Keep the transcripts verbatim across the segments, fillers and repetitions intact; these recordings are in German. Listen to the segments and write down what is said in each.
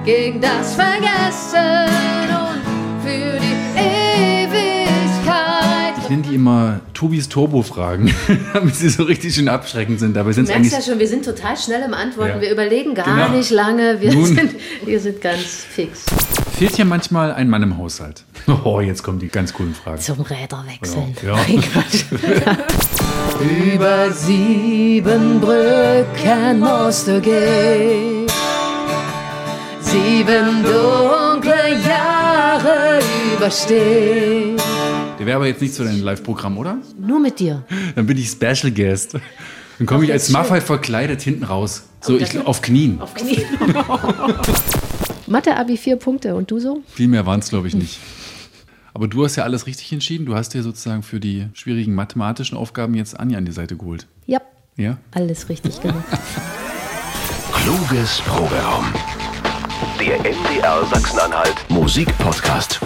gegen das Vergessen und für die Ewigkeit. Ich nenne die immer Tobis Turbo-Fragen, damit sie so richtig schön abschreckend sind. Aber du merkst ja schon, wir sind total schnell im Antworten. Ja. Wir überlegen gar genau. nicht lange. Wir sind, wir sind ganz fix. Fehlt hier manchmal ein Mann im Haushalt? Oh, jetzt kommen die ganz coolen Fragen. Zum Räderwechseln. Ja. Ja. Über sieben Brücken musst du gehen. Sieben dunkle Jahre überstehen. Der wäre aber jetzt nicht so dein Live-Programm, oder? Nur mit dir. Dann bin ich Special Guest. Dann komme ich als Maffei verkleidet hinten raus. So, oh, ich, auf Knien. Auf Knien. Mathe-Abi vier Punkte und du so? Viel mehr waren es, glaube ich, nicht. Aber du hast ja alles richtig entschieden. Du hast dir sozusagen für die schwierigen mathematischen Aufgaben jetzt Anja an die Seite geholt. Ja. Ja? Alles richtig gemacht. Kluges Proberaum. Der M D R Sachsen-Anhalt Musik-Podcast.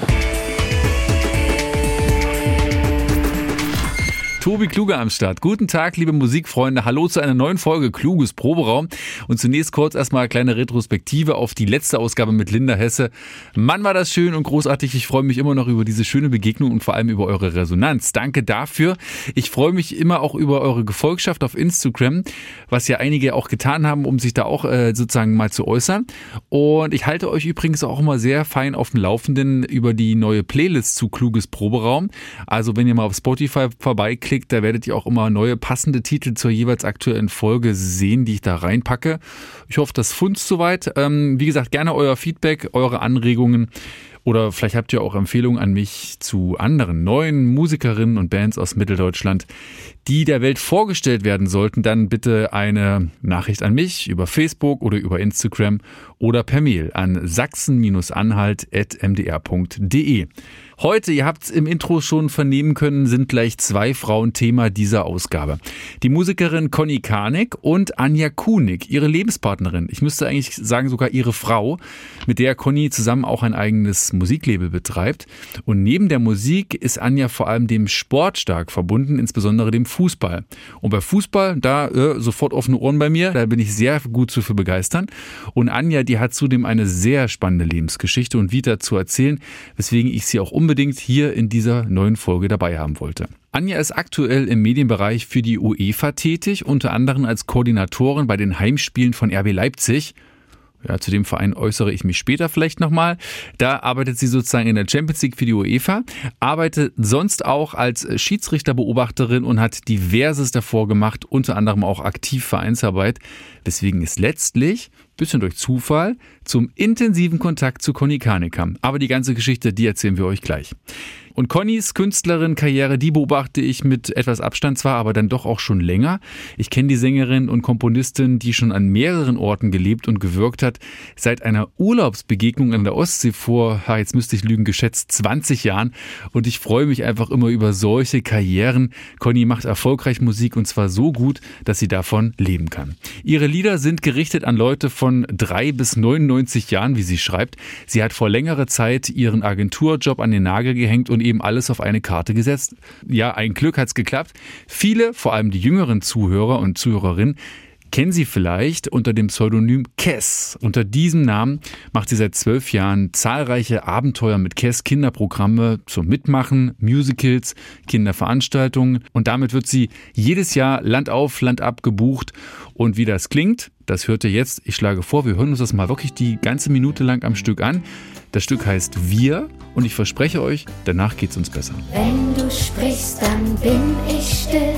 Tobi Kluge am Start. Guten Tag, liebe Musikfreunde. Hallo zu einer neuen Folge Kluges Proberaum. Und zunächst kurz erstmal eine kleine Retrospektive auf die letzte Ausgabe mit Linda Hesse. Mann, war das schön und großartig. Ich freue mich immer noch über diese schöne Begegnung und vor allem über eure Resonanz. Danke dafür. Ich freue mich immer auch über eure Gefolgschaft auf Instagram, was ja einige auch getan haben, um sich da auch äh, sozusagen mal zu äußern. Und ich halte euch übrigens auch immer sehr fein auf dem Laufenden über die neue Playlist zu Kluges Proberaum. Also wenn ihr mal auf Spotify vorbeiklickt, da werdet ihr auch immer neue passende Titel zur jeweils aktuellen Folge sehen, die ich da reinpacke. Ich hoffe, das funzt soweit. Ähm, wie gesagt, gerne euer Feedback, eure Anregungen oder vielleicht habt ihr auch Empfehlungen an mich zu anderen neuen Musikerinnen und Bands aus Mitteldeutschland, die der Welt vorgestellt werden sollten. Dann bitte eine Nachricht an mich über Facebook oder über Instagram oder per Mail an sachsen anhalt at m d r punkt d e. Heute, ihr habt es im Intro schon vernehmen können, sind gleich zwei Frauen Thema dieser Ausgabe. Die Musikerin Conny Karnick und Anja Kunig, ihre Lebenspartnerin. Ich müsste eigentlich sagen sogar ihre Frau, mit der Conny zusammen auch ein eigenes Musiklabel betreibt. Und neben der Musik ist Anja vor allem dem Sport stark verbunden, insbesondere dem Fußball. Und bei Fußball, da äh, sofort offene Ohren bei mir, da bin ich sehr gut zu für begeistern. Und Anja, die hat zudem eine sehr spannende Lebensgeschichte und Vita zu erzählen, weswegen ich sie auch unbedingt hier in dieser neuen Folge dabei haben wollte. Anja ist aktuell im Medienbereich für die UEFA tätig, unter anderem als Koordinatorin bei den Heimspielen von R B Leipzig. Ja, zu dem Verein äußere ich mich später vielleicht nochmal. Da arbeitet sie sozusagen in der Champions League für die UEFA, arbeitet sonst auch als Schiedsrichterbeobachterin und hat diverses davor gemacht, unter anderem auch aktiv Vereinsarbeit, weswegen es letztlich, bisschen durch Zufall, zum intensiven Kontakt zu Conny Karnick kam. Aber die ganze Geschichte, die erzählen wir euch gleich. Und Connys Künstlerin-Karriere, die beobachte ich mit etwas Abstand zwar, aber dann doch auch schon länger. Ich kenne die Sängerin und Komponistin, die schon an mehreren Orten gelebt und gewirkt hat, seit einer Urlaubsbegegnung an der Ostsee vor, ha, jetzt müsste ich lügen, geschätzt zwanzig Jahren. Und ich freue mich einfach immer über solche Karrieren. Conny macht erfolgreich Musik und zwar so gut, dass sie davon leben kann. Ihre Lieder sind gerichtet an Leute von drei bis neunundneunzig Jahren, wie sie schreibt. Sie hat vor längerer Zeit ihren Agenturjob an den Nagel gehängt und eben alles auf eine Karte gesetzt. Ja, ein Glück hat's geklappt. Viele, vor allem die jüngeren Zuhörer und Zuhörerinnen, kennen sie vielleicht unter dem Pseudonym Kes. Unter diesem Namen macht sie seit zwölf Jahren zahlreiche Abenteuer mit Kes, Kinderprogramme zum Mitmachen, Musicals, Kinderveranstaltungen und damit wird sie jedes Jahr Land auf, Land ab gebucht. Und wie das klingt, das hört ihr jetzt. Ich schlage vor, wir hören uns das mal wirklich die ganze Minute lang am Stück an. Das Stück heißt Wir und ich verspreche euch, danach geht's uns besser. Wenn du sprichst, dann bin ich still,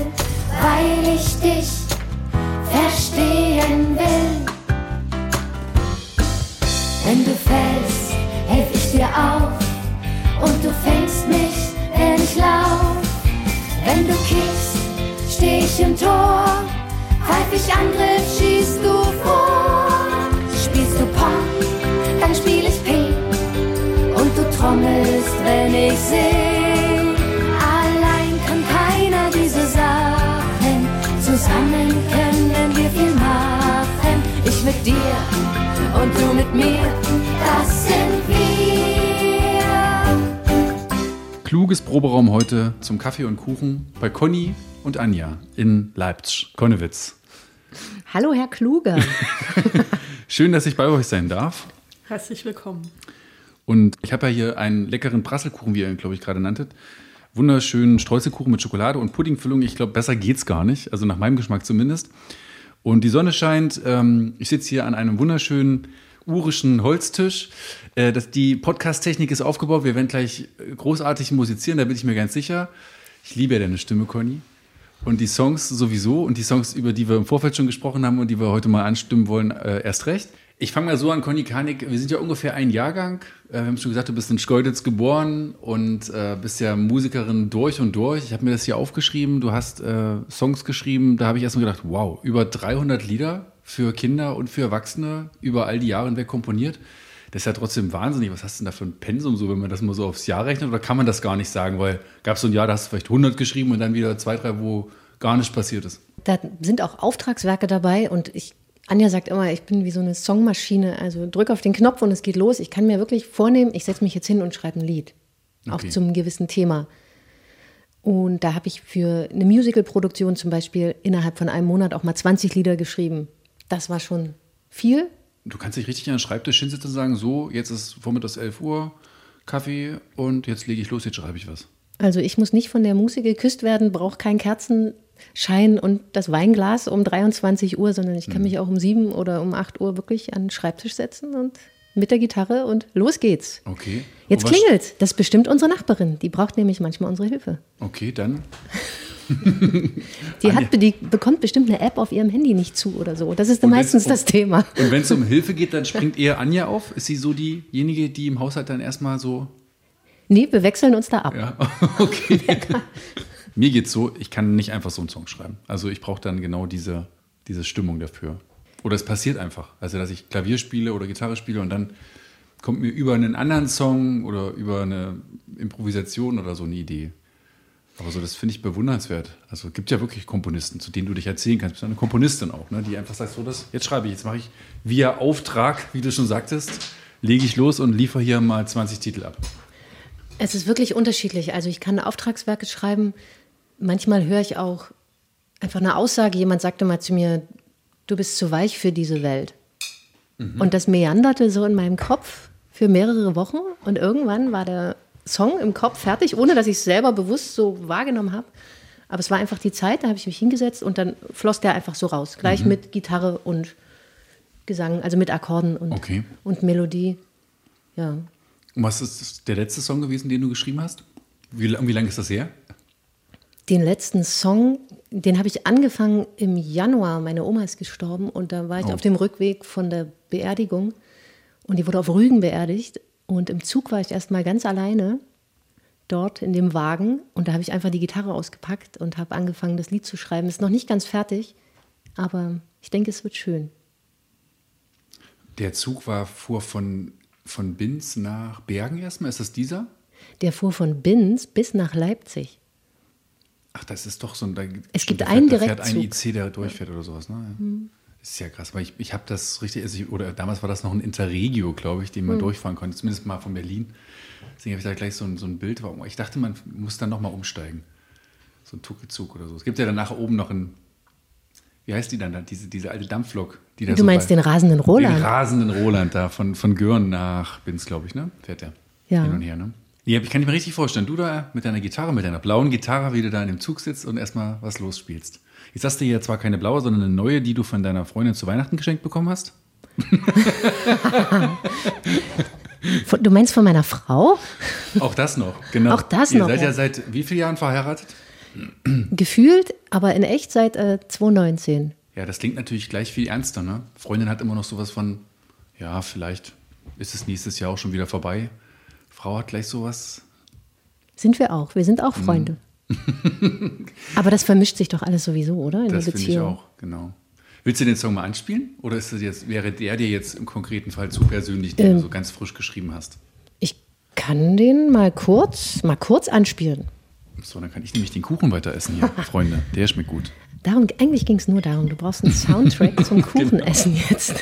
weil ich dich verstehen will. Wenn du fällst, helf ich dir auf und du fängst mich, wenn ich lauf. Wenn du kickst, steh ich im Tor, pfeif ich Angriff, schießt du vor. Spielst du Pong, dann spiel ich Ping und du trommelst, wenn ich sing. Allein kann keiner diese Sachen, zusammen können wir viel machen. Ich mit dir und du mit mir, das sind wir. Kluges Proberaum heute zum Kaffee und Kuchen bei Conny und Anja in Leipzig, Konnewitz. Hallo, Herr Kluge. Schön, dass ich bei euch sein darf. Herzlich willkommen. Und ich habe ja hier einen leckeren Prasselkuchen, wie ihr ihn, glaube ich, gerade nanntet. Wunderschönen Streuselkuchen mit Schokolade und Puddingfüllung. Ich glaube, besser geht's gar nicht. Also nach meinem Geschmack zumindest. Und die Sonne scheint. Ähm, ich sitze hier an einem wunderschönen urischen Holztisch. Äh, das, die Podcast-Technik ist aufgebaut. Wir werden gleich großartig musizieren, da bin ich mir ganz sicher. Ich liebe ja deine Stimme, Conny. Und die Songs sowieso. Und die Songs, über die wir im Vorfeld schon gesprochen haben und die wir heute mal anstimmen wollen, äh, erst recht. Ich fange mal so an, Conny Karnick, wir sind ja ungefähr ein Jahrgang. Wir haben schon gesagt, du bist in Schkeuditz geboren und äh, bist ja Musikerin durch und durch. Ich habe mir das hier aufgeschrieben, du hast äh, Songs geschrieben, da habe ich erstmal gedacht, wow, über dreihundert Lieder für Kinder und für Erwachsene über all die Jahre hinweg komponiert. Das ist ja trotzdem wahnsinnig. Was hast du denn da für ein Pensum, so, wenn man das mal so aufs Jahr rechnet? Oder kann man das gar nicht sagen? Weil gab es so ein Jahr, da hast du vielleicht hundert geschrieben und dann wieder zwei, drei, wo gar nichts passiert ist. Da sind auch Auftragswerke dabei und ich Anja sagt immer, ich bin wie so eine Songmaschine, also drück auf den Knopf und es geht los. Ich kann mir wirklich vornehmen, ich setze mich jetzt hin und schreibe ein Lied, auch okay. zum gewissen Thema. Und da habe ich für eine Musical-Produktion zum Beispiel innerhalb von einem Monat auch mal zwanzig Lieder geschrieben. Das war schon viel. Du kannst dich richtig an den Schreibtisch hinsetzen und sagen, so, jetzt ist vormittags elf Uhr, Kaffee und jetzt lege ich los, jetzt schreibe ich was. Also ich muss nicht von der Muse geküsst werden, brauche keinen Kerzenschein und das Weinglas um dreiundzwanzig Uhr, sondern ich kann mich auch um sieben oder um acht Uhr wirklich an den Schreibtisch setzen und mit der Gitarre und los geht's. Okay. Jetzt klingelt. Das ist bestimmt unsere Nachbarin. Die braucht nämlich manchmal unsere Hilfe. Okay, dann. die, hat, die bekommt bestimmt eine App auf ihrem Handy nicht zu oder so. Das ist dann meistens um, das Thema. Und wenn es um Hilfe geht, dann springt eher Anja auf? Ist sie so diejenige, die im Haushalt dann erstmal so... Nee, wir wechseln uns da ab. Ja, okay. Mir geht's so, ich kann nicht einfach so einen Song schreiben. Also ich brauche dann genau diese, diese Stimmung dafür. Oder es passiert einfach. Also dass ich Klavier spiele oder Gitarre spiele und dann kommt mir über einen anderen Song oder über eine Improvisation oder so eine Idee. Aber so, das finde ich bewundernswert. Also es gibt ja wirklich Komponisten, zu denen du dich erzählen kannst. Du bist eine Komponistin auch, ne? Die einfach sagt, so, das, jetzt schreibe ich, jetzt mache ich via Auftrag, wie du schon sagtest, lege ich los und liefere hier mal zwanzig Titel ab. Es ist wirklich unterschiedlich. Also ich kann Auftragswerke schreiben. Manchmal höre ich auch einfach eine Aussage. Jemand sagte mal zu mir, du bist zu weich für diese Welt. Mhm. Und das meanderte so in meinem Kopf für mehrere Wochen. Und irgendwann war der Song im Kopf fertig, ohne dass ich es selber bewusst so wahrgenommen habe. Aber es war einfach die Zeit, da habe ich mich hingesetzt und dann floss der einfach so raus. Gleich mhm. mit Gitarre und Gesang, also mit Akkorden und, okay. und Melodie. Ja. Und was ist der letzte Song gewesen, den du geschrieben hast? Wie, wie lange ist das her? Den letzten Song, den habe ich angefangen im Januar. Meine Oma ist gestorben und da war ich oh. auf dem Rückweg von der Beerdigung. Und die wurde auf Rügen beerdigt. Und im Zug war ich erst mal ganz alleine dort in dem Wagen. Und da habe ich einfach die Gitarre ausgepackt und habe angefangen, das Lied zu schreiben. Ist noch nicht ganz fertig, aber ich denke, es wird schön. Der Zug war, fuhr von... Von Binz nach Bergen erstmal, ist das dieser? Der fuhr von Binz bis nach Leipzig. Ach, das ist doch so ein... Da, es gibt da einen fährt, Direktzug. Da fährt ein I C, der durchfährt oder sowas, ne? Mhm. Das ist ja krass, weil ich, ich habe das richtig... Also ich, oder damals war das noch ein Interregio, glaube ich, den man mhm. durchfahren konnte, zumindest mal von Berlin. Deswegen habe ich da gleich so ein, so ein Bild. Ich dachte, man muss dann nochmal umsteigen. So ein Tuki-Zug oder so. Es gibt ja dann nachher oben noch ein... Wie heißt die dann da? Diese, diese alte Dampflok. Die da du so meinst bei, den rasenden Roland? Den rasenden Roland da von, von Görn nach Binz, glaube ich, ne? Fährt der. Ja. Hin und her, ne? Ja, ich kann mir richtig vorstellen, du da mit deiner Gitarre, mit deiner blauen Gitarre, wie du da in dem Zug sitzt und erstmal was losspielst. Jetzt hast du hier zwar keine blaue, sondern eine neue, die du von deiner Freundin zu Weihnachten geschenkt bekommen hast. Du meinst von meiner Frau? Auch das noch, genau. Auch das Ihr noch. seid ja, ja seit wie vielen Jahren verheiratet? Gefühlt, aber in echt seit äh, zweitausendneunzehn. Ja, das klingt natürlich gleich viel ernster, ne? Freundin hat immer noch sowas von, ja, vielleicht ist es nächstes Jahr auch schon wieder vorbei. Frau hat gleich sowas. Sind wir auch. Wir sind auch Freunde. Mm. Aber das vermischt sich doch alles sowieso, oder? In das der Beziehung. Finde ich auch, genau. Willst du den Song mal anspielen? Oder ist das jetzt, wäre der dir jetzt im konkreten Fall zu persönlich, den ähm, du so ganz frisch geschrieben hast? Ich kann den mal kurz, mal kurz anspielen. So, dann kann ich nämlich den Kuchen weiter essen hier, Freunde. Der schmeckt gut. Darum, eigentlich ging es nur darum, du brauchst einen Soundtrack zum Kuchenessen genau. jetzt.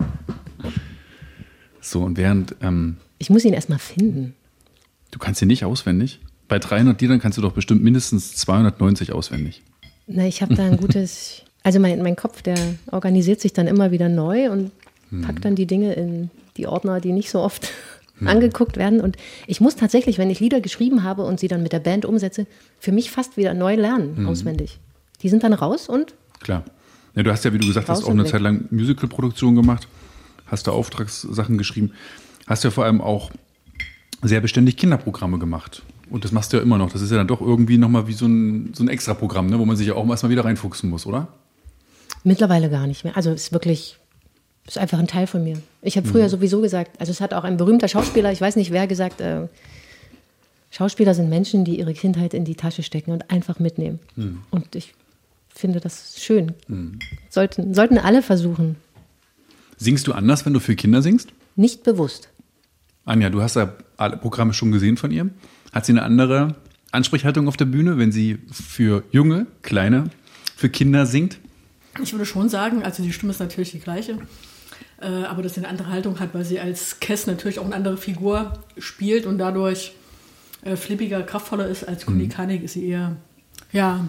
So, und während... Ähm, ich muss ihn erstmal finden. Du kannst ihn nicht auswendig? Bei dreihundert Liedern kannst du doch bestimmt mindestens zweihundertneunzig auswendig. Na, ich habe da ein gutes... Also mein, mein Kopf, der organisiert sich dann immer wieder neu und hm. packt dann die Dinge in die Ordner, die nicht so oft hm. angeguckt werden. Und ich muss tatsächlich, wenn ich Lieder geschrieben habe und sie dann mit der Band umsetze, für mich fast wieder neu lernen, hm. auswendig. Die sind dann raus und... Klar. Ja, du hast ja, wie du gesagt hast, auch eine weg. Zeit lang Musical-Produktion gemacht, hast da Auftragssachen geschrieben, hast ja vor allem auch sehr beständig Kinderprogramme gemacht. Und das machst du ja immer noch. Das ist ja dann doch irgendwie nochmal wie so ein, so ein Extra-Programm, ne? Wo man sich ja auch erstmal wieder reinfuchsen muss, oder? Mittlerweile gar nicht mehr. Also es ist wirklich, ist einfach ein Teil von mir. Ich habe früher mhm. sowieso gesagt, also es hat auch ein berühmter Schauspieler, ich weiß nicht wer, gesagt, äh, Schauspieler sind Menschen, die ihre Kindheit in die Tasche stecken und einfach mitnehmen. Mhm. Und ich finde das schön. Mhm. Sollten, sollten alle versuchen. Singst du anders, wenn du für Kinder singst? Nicht bewusst. Anja, du hast ja alle Programme schon gesehen von ihr. Hat sie eine andere Ansprechhaltung auf der Bühne, wenn sie für Junge, Kleine, für Kinder singt? Ich würde schon sagen, also die Stimme ist natürlich die gleiche, äh, aber dass sie eine andere Haltung hat, weil sie als Cass natürlich auch eine andere Figur spielt und dadurch äh, flippiger, kraftvoller ist als Conny mhm. Kanig, ist sie eher, ja,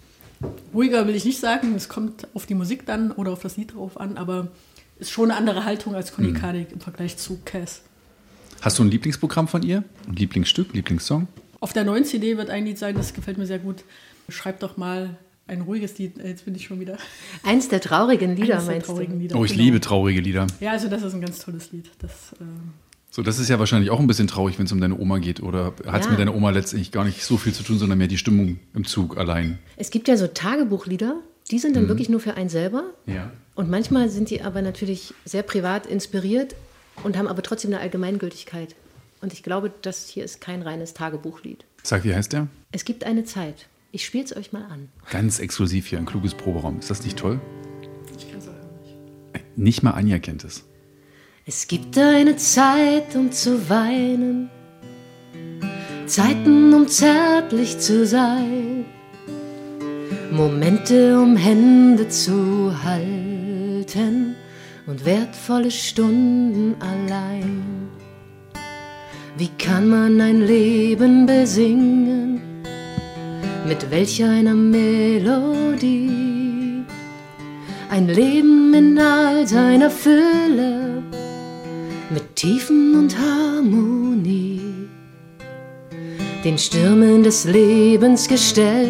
ruhiger will ich nicht sagen, es kommt auf die Musik dann oder auf das Lied drauf an, aber ist schon eine andere Haltung als Conny mhm. Kanig im Vergleich zu Cass. Hast du ein Lieblingsprogramm von ihr? Ein Lieblingsstück, Lieblingssong? Auf der neuen C D wird ein Lied sein, das gefällt mir sehr gut. Schreib doch mal ein ruhiges Lied, jetzt bin ich schon wieder. Eins der traurigen Lieder, Eins der meinst traurigen du? Lieder, oh, ich genau. liebe traurige Lieder. Ja, also das ist ein ganz tolles Lied. Das, äh so, das ist ja wahrscheinlich auch ein bisschen traurig, wenn es um deine Oma geht. Oder hat es ja. mit deiner Oma letztendlich gar nicht so viel zu tun, sondern mehr die Stimmung im Zug allein? Es gibt ja so Tagebuchlieder, die sind dann mhm. wirklich nur für einen selber. Ja. Und manchmal sind die aber natürlich sehr privat inspiriert und haben aber trotzdem eine Allgemeingültigkeit. Und ich glaube, das hier ist kein reines Tagebuchlied. Sag, wie heißt der? Es gibt eine Zeit. Ich spiele es euch mal an. Ganz exklusiv hier, ein kluges Proberaum. Ist das nicht toll? Ich kann es auch nicht. Nicht mal Anja kennt es. Es gibt eine Zeit, um zu weinen. Zeiten, um zärtlich zu sein. Momente, um Hände zu halten. Und wertvolle Stunden allein. Wie kann man ein Leben besingen, mit welch einer Melodie? Ein Leben in all seiner Fülle, mit Tiefen und Harmonie. Den Stürmen des Lebens gestellt,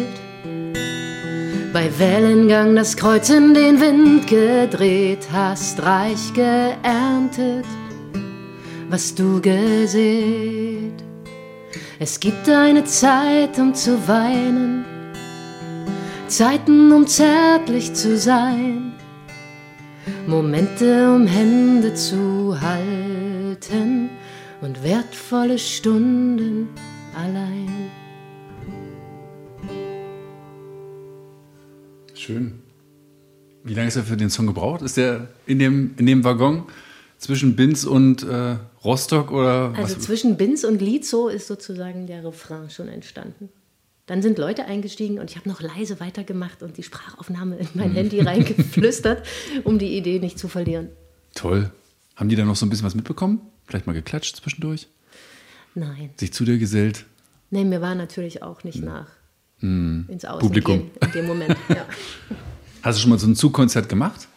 bei Wellengang das Kreuz in den Wind gedreht, hast reich geerntet, was du gesät. Es gibt eine Zeit, um zu weinen, Zeiten, um zärtlich zu sein, Momente, um Hände zu halten und wertvolle Stunden allein. Schön. Wie lange ist er für den Song gebraucht? Ist der in dem, in dem Waggon zwischen Binz und äh, Rostock oder Also was? Zwischen Binz und Lietzow ist sozusagen der Refrain schon entstanden. Dann sind Leute eingestiegen und ich habe noch leise weitergemacht und die Sprachaufnahme in mein Handy reingeflüstert, um die Idee nicht zu verlieren. Toll. Haben die da noch so ein bisschen was mitbekommen? Vielleicht mal geklatscht zwischendurch? Nein. Sich zu dir gesellt? Nee, mir war natürlich auch nicht nach hm. ins Außen Publikum. gehen in dem Moment. Ja. Hast du schon mal so ein Zugkonzert gemacht?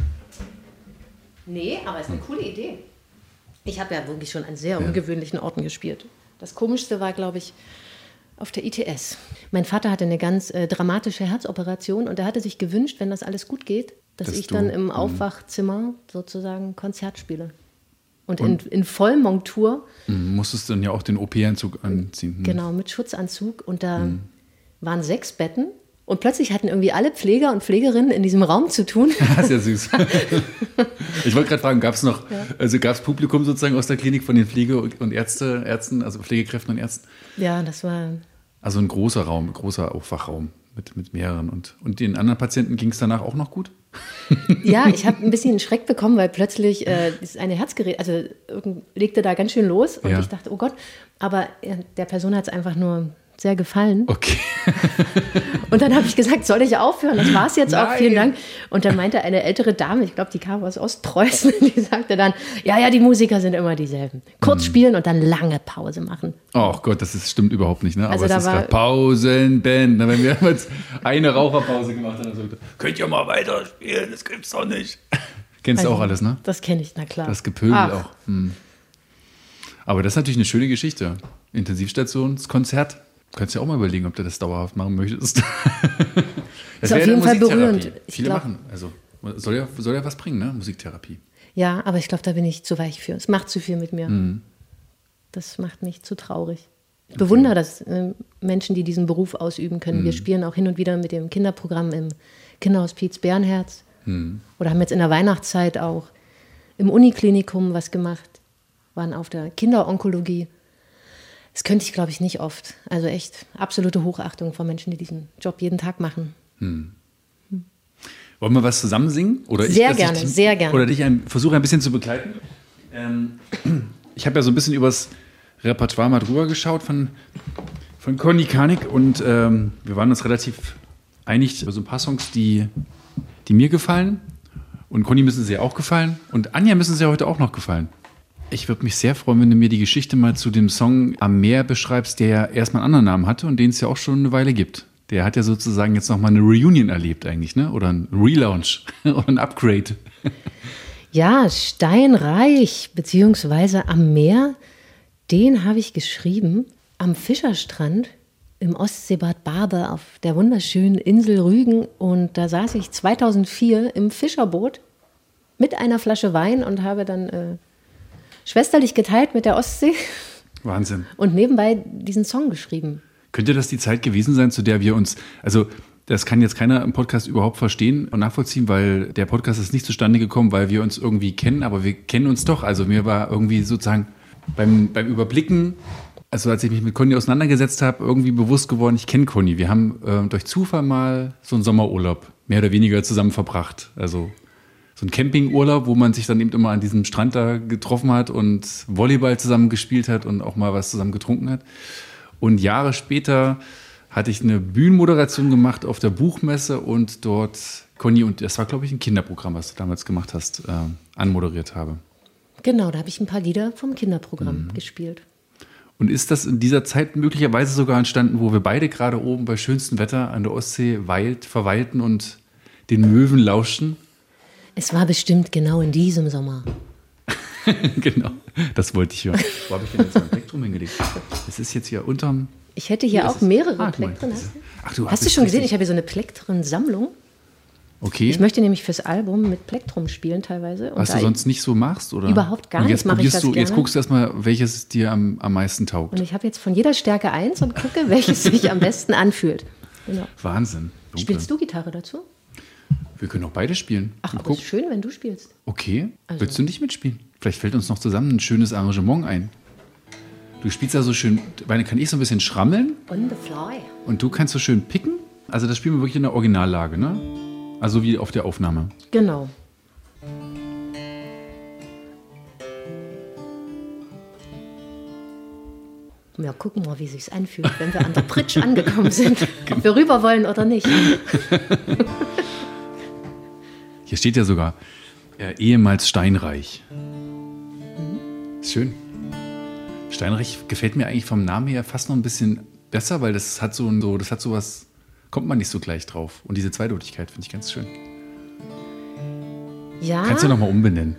Nee, aber es ist eine coole Idee. Ich habe ja wirklich schon an sehr ja. ungewöhnlichen Orten gespielt. Das Komischste war, glaube ich, auf der I T S. Mein Vater hatte eine ganz äh, dramatische Herzoperation und er hatte sich gewünscht, wenn das alles gut geht, dass, dass ich du, dann im Aufwachzimmer sozusagen Konzert spiele. Und, und in, in Vollmontur. Musstest du dann ja auch den O P-Anzug anziehen. Hm. Genau, mit Schutzanzug. Und da hm. waren sechs Betten. Und plötzlich hatten irgendwie alle Pfleger und Pflegerinnen in diesem Raum zu tun. Das ist ja süß. Ich wollte gerade fragen, gab es noch, ja. also gab es Publikum sozusagen aus der Klinik von den Pflege- und Ärzte, Ärzten, also Pflegekräften und Ärzten? Ja, das war... Also ein großer Raum, ein großer Aufwachraum mit, mit mehreren. Und, und den anderen Patienten ging es danach auch noch gut? Ja, ich habe ein bisschen einen Schreck bekommen, weil plötzlich äh, ist eine Herzgerät, also legte da ganz schön los. Und ja. ich dachte, oh Gott, aber äh, der Person hat es einfach nur sehr gefallen. Okay. Und dann habe ich gesagt, soll ich aufhören? Das war es jetzt Nein. auch, vielen Dank. Und dann meinte eine ältere Dame, ich glaube, die kam aus Ostpreußen, die sagte dann, ja, ja, die Musiker sind immer dieselben. Kurz hm. spielen und dann lange Pause machen. Oh Gott, das ist, stimmt überhaupt nicht, ne? Also aber da es ist war gerade Pausenband. Wenn wir jetzt eine Raucherpause gemacht haben, dann so, könnt ihr mal weiter spielen, das gibt's doch nicht. Kennst du Also, auch alles, ne? Das kenne ich, na klar. Das Gepöbel Ach. auch. Hm. Aber das ist natürlich eine schöne Geschichte. Intensivstationskonzert. Du kannst ja auch mal überlegen, ob du das dauerhaft machen möchtest. Das Ist auf wäre jeden Fall Musiktherapie. berührend. Ich Viele glaub- machen. Also soll ja, soll ja was bringen, ne? Musiktherapie. Ja, aber ich glaube, da bin ich zu weich für. Es macht zu viel mit mir. Mhm. Das macht mich zu traurig. Ich bewundere das äh, Menschen, die diesen Beruf ausüben können. Mhm. Wir spielen auch hin und wieder mit dem Kinderprogramm im Kinderhospiz Bärenherz. Mhm. Oder haben jetzt in der Weihnachtszeit auch im Uniklinikum was gemacht. Waren auf der Kinderonkologie. Das könnte ich, glaube ich, nicht oft. Also echt absolute Hochachtung vor Menschen, die diesen Job jeden Tag machen. Wollen wir was zusammen singen? Oder Sehr dass gerne, dich, sehr gerne. Oder dich ein, versuche ein bisschen zu begleiten. Ähm, ich habe ja so ein bisschen übers Repertoire mal drüber geschaut von, von Conny Karnick und ähm, wir waren uns relativ einig über so ein paar Songs, die, die mir gefallen. Und Conny müssen sie ja auch gefallen. Und Anja müssen sie ja heute auch noch gefallen. Ich würde mich sehr freuen, wenn du mir die Geschichte mal zu dem Song Am Meer beschreibst, der ja erstmal einen anderen Namen hatte und den es ja auch schon eine Weile gibt. Der hat ja sozusagen jetzt nochmal eine Reunion erlebt eigentlich, ne? Oder ein Relaunch oder ein Upgrade. Ja, Steinreich beziehungsweise Am Meer, den habe ich geschrieben am Fischerstrand im Ostseebad Barbe auf der wunderschönen Insel Rügen. Und da saß ich zweitausendvier im Fischerboot mit einer Flasche Wein und habe dann äh, schwesterlich geteilt mit der Ostsee Wahnsinn. und nebenbei diesen Song geschrieben. Könnte das die Zeit gewesen sein, zu der wir uns, also das kann jetzt keiner im Podcast überhaupt verstehen und nachvollziehen, weil der Podcast ist nicht zustande gekommen, weil wir uns irgendwie kennen, aber wir kennen uns doch. Also mir war irgendwie sozusagen beim, beim Überblicken, also als ich mich mit Conny auseinandergesetzt habe, irgendwie bewusst geworden, ich kenne Conny. Wir haben äh, durch Zufall mal so einen Sommerurlaub mehr oder weniger zusammen verbracht. Also so ein Campingurlaub, wo man sich dann eben immer an diesem Strand da getroffen hat und Volleyball zusammen gespielt hat und auch mal was zusammen getrunken hat. Und Jahre später hatte ich eine Bühnenmoderation gemacht auf der Buchmesse und dort Conny, und das war, glaube ich, ein Kinderprogramm, was du damals gemacht hast, äh, anmoderiert habe. Genau, da habe ich ein paar Lieder vom Kinderprogramm gespielt. Und ist das in dieser Zeit möglicherweise sogar entstanden, wo wir beide gerade oben bei schönstem Wetter an der Ostsee weilt, verweilten und den Möwen lauschten? Es war bestimmt genau in diesem Sommer. Genau, das wollte ich hören. Wo habe ich denn jetzt mein Plektrum hingelegt? Es ist jetzt hier unterm... Ich hätte hier Ja, das auch ist- mehrere Ah, guck mal. Plektren. Hast du? Ach, du Hast du bist schon gesehen? richtig- Ich habe hier so eine Plektren-Sammlung. Okay. Ich möchte nämlich fürs Album mit Plektrum spielen teilweise. Und Was da du sonst nicht so machst? Oder? Überhaupt gar Und nicht jetzt mache ich probierst das du, Jetzt gerne. guckst du erstmal, welches dir am, am meisten taugt. Und ich habe jetzt von jeder Stärke eins und gucke, welches sich am besten anfühlt. Genau. Wahnsinn. Dunkel. Spielst du Gitarre dazu? Wir können auch beide spielen. Ach, Und aber guck. ist schön, wenn du spielst. Okay, Also- willst du nicht mitspielen? Vielleicht fällt uns noch zusammen ein schönes Arrangement ein. Du spielst ja so schön, weil kann ich so ein bisschen schrammeln On the fly. und du kannst so schön picken. Also das spielen wir wirklich in der Originallage, ne? Also wie auf der Aufnahme. Genau. Ja, gucken mal, wie sich's anfühlt, wenn wir an der Pritsch angekommen sind. Ob wir rüber wollen oder nicht. Hier steht ja sogar, äh, ehemals Steinreich. Ist schön. Steinreich gefällt mir eigentlich vom Namen her fast noch ein bisschen besser, weil das hat so, ein- so das hat so was, kommt man nicht so gleich drauf. Und diese Zweideutigkeit finde ich ganz schön. Ja, Kannst du nochmal umbenennen.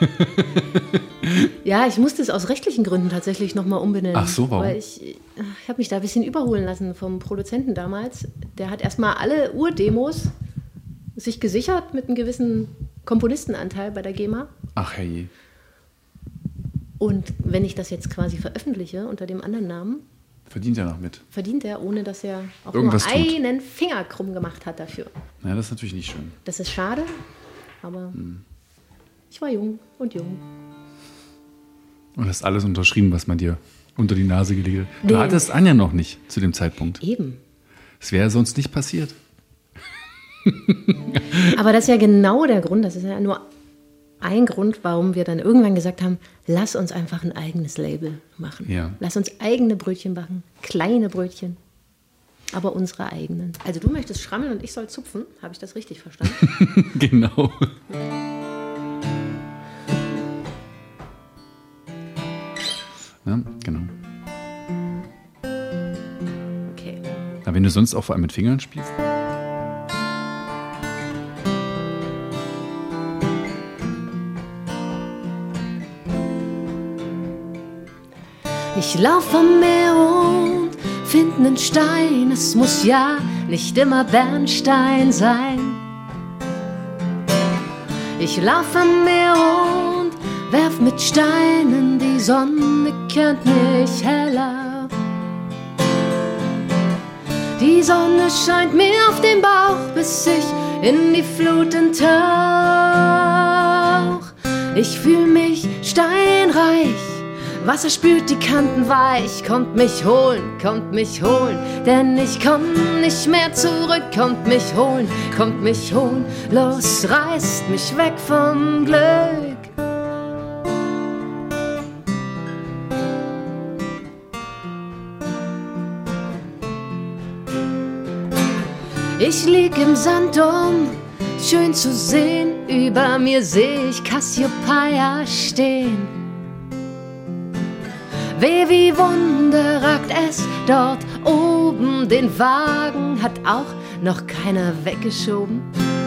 ja, ich musste es aus rechtlichen Gründen tatsächlich nochmal umbenennen. Ach so, warum? Weil ich, ich habe mich da ein bisschen überholen lassen vom Produzenten damals. Der hat erstmal alle Urdemos sich gesichert mit einem gewissen Komponistenanteil bei der GEMA. Ach herrje. Und wenn ich das jetzt quasi veröffentliche unter dem anderen Namen, Verdient ja noch mit. verdient er, ohne dass er auch Irgendwas nur tut. einen Finger krumm gemacht hat dafür. Ja, das ist natürlich nicht schön. Das ist schade, aber Hm. ich war jung und jung. Und hast alles unterschrieben, was man dir unter die Nase gelegt hat. Du Nee. hattest Anja noch nicht zu dem Zeitpunkt. Eben. Es wäre sonst nicht passiert. Aber das ist ja genau der Grund, das ist ja nur ein Grund, warum wir dann irgendwann gesagt haben, lass uns einfach ein eigenes Label machen. Ja. Lass uns eigene Brötchen backen, kleine Brötchen, aber unsere eigenen. Also du möchtest schrammeln und ich soll zupfen, habe ich das richtig verstanden? Genau. Ja, genau. Okay. Aber wenn du sonst auch vor allem mit Fingern spielst. Ich lauf am Meer und find nen Stein. Es muss ja nicht immer Bernstein sein. Ich lauf am Meer und werf mit Steinen. Die Sonne kernt mich heller. Die Sonne scheint mir auf den Bauch, bis ich in die Fluten tauch. Ich fühl mich steinreich. Wasser spült die Kanten weich, kommt mich holen, kommt mich holen, denn ich komm nicht mehr zurück, kommt mich holen, kommt mich holen, los, reißt mich weg vom Glück. Ich lieg im Sand um, schön zu sehen, über mir seh ich Cassiopeia stehen. Weh wie Wunder ragt es dort oben, den Wagen hat auch noch keiner weggeschoben.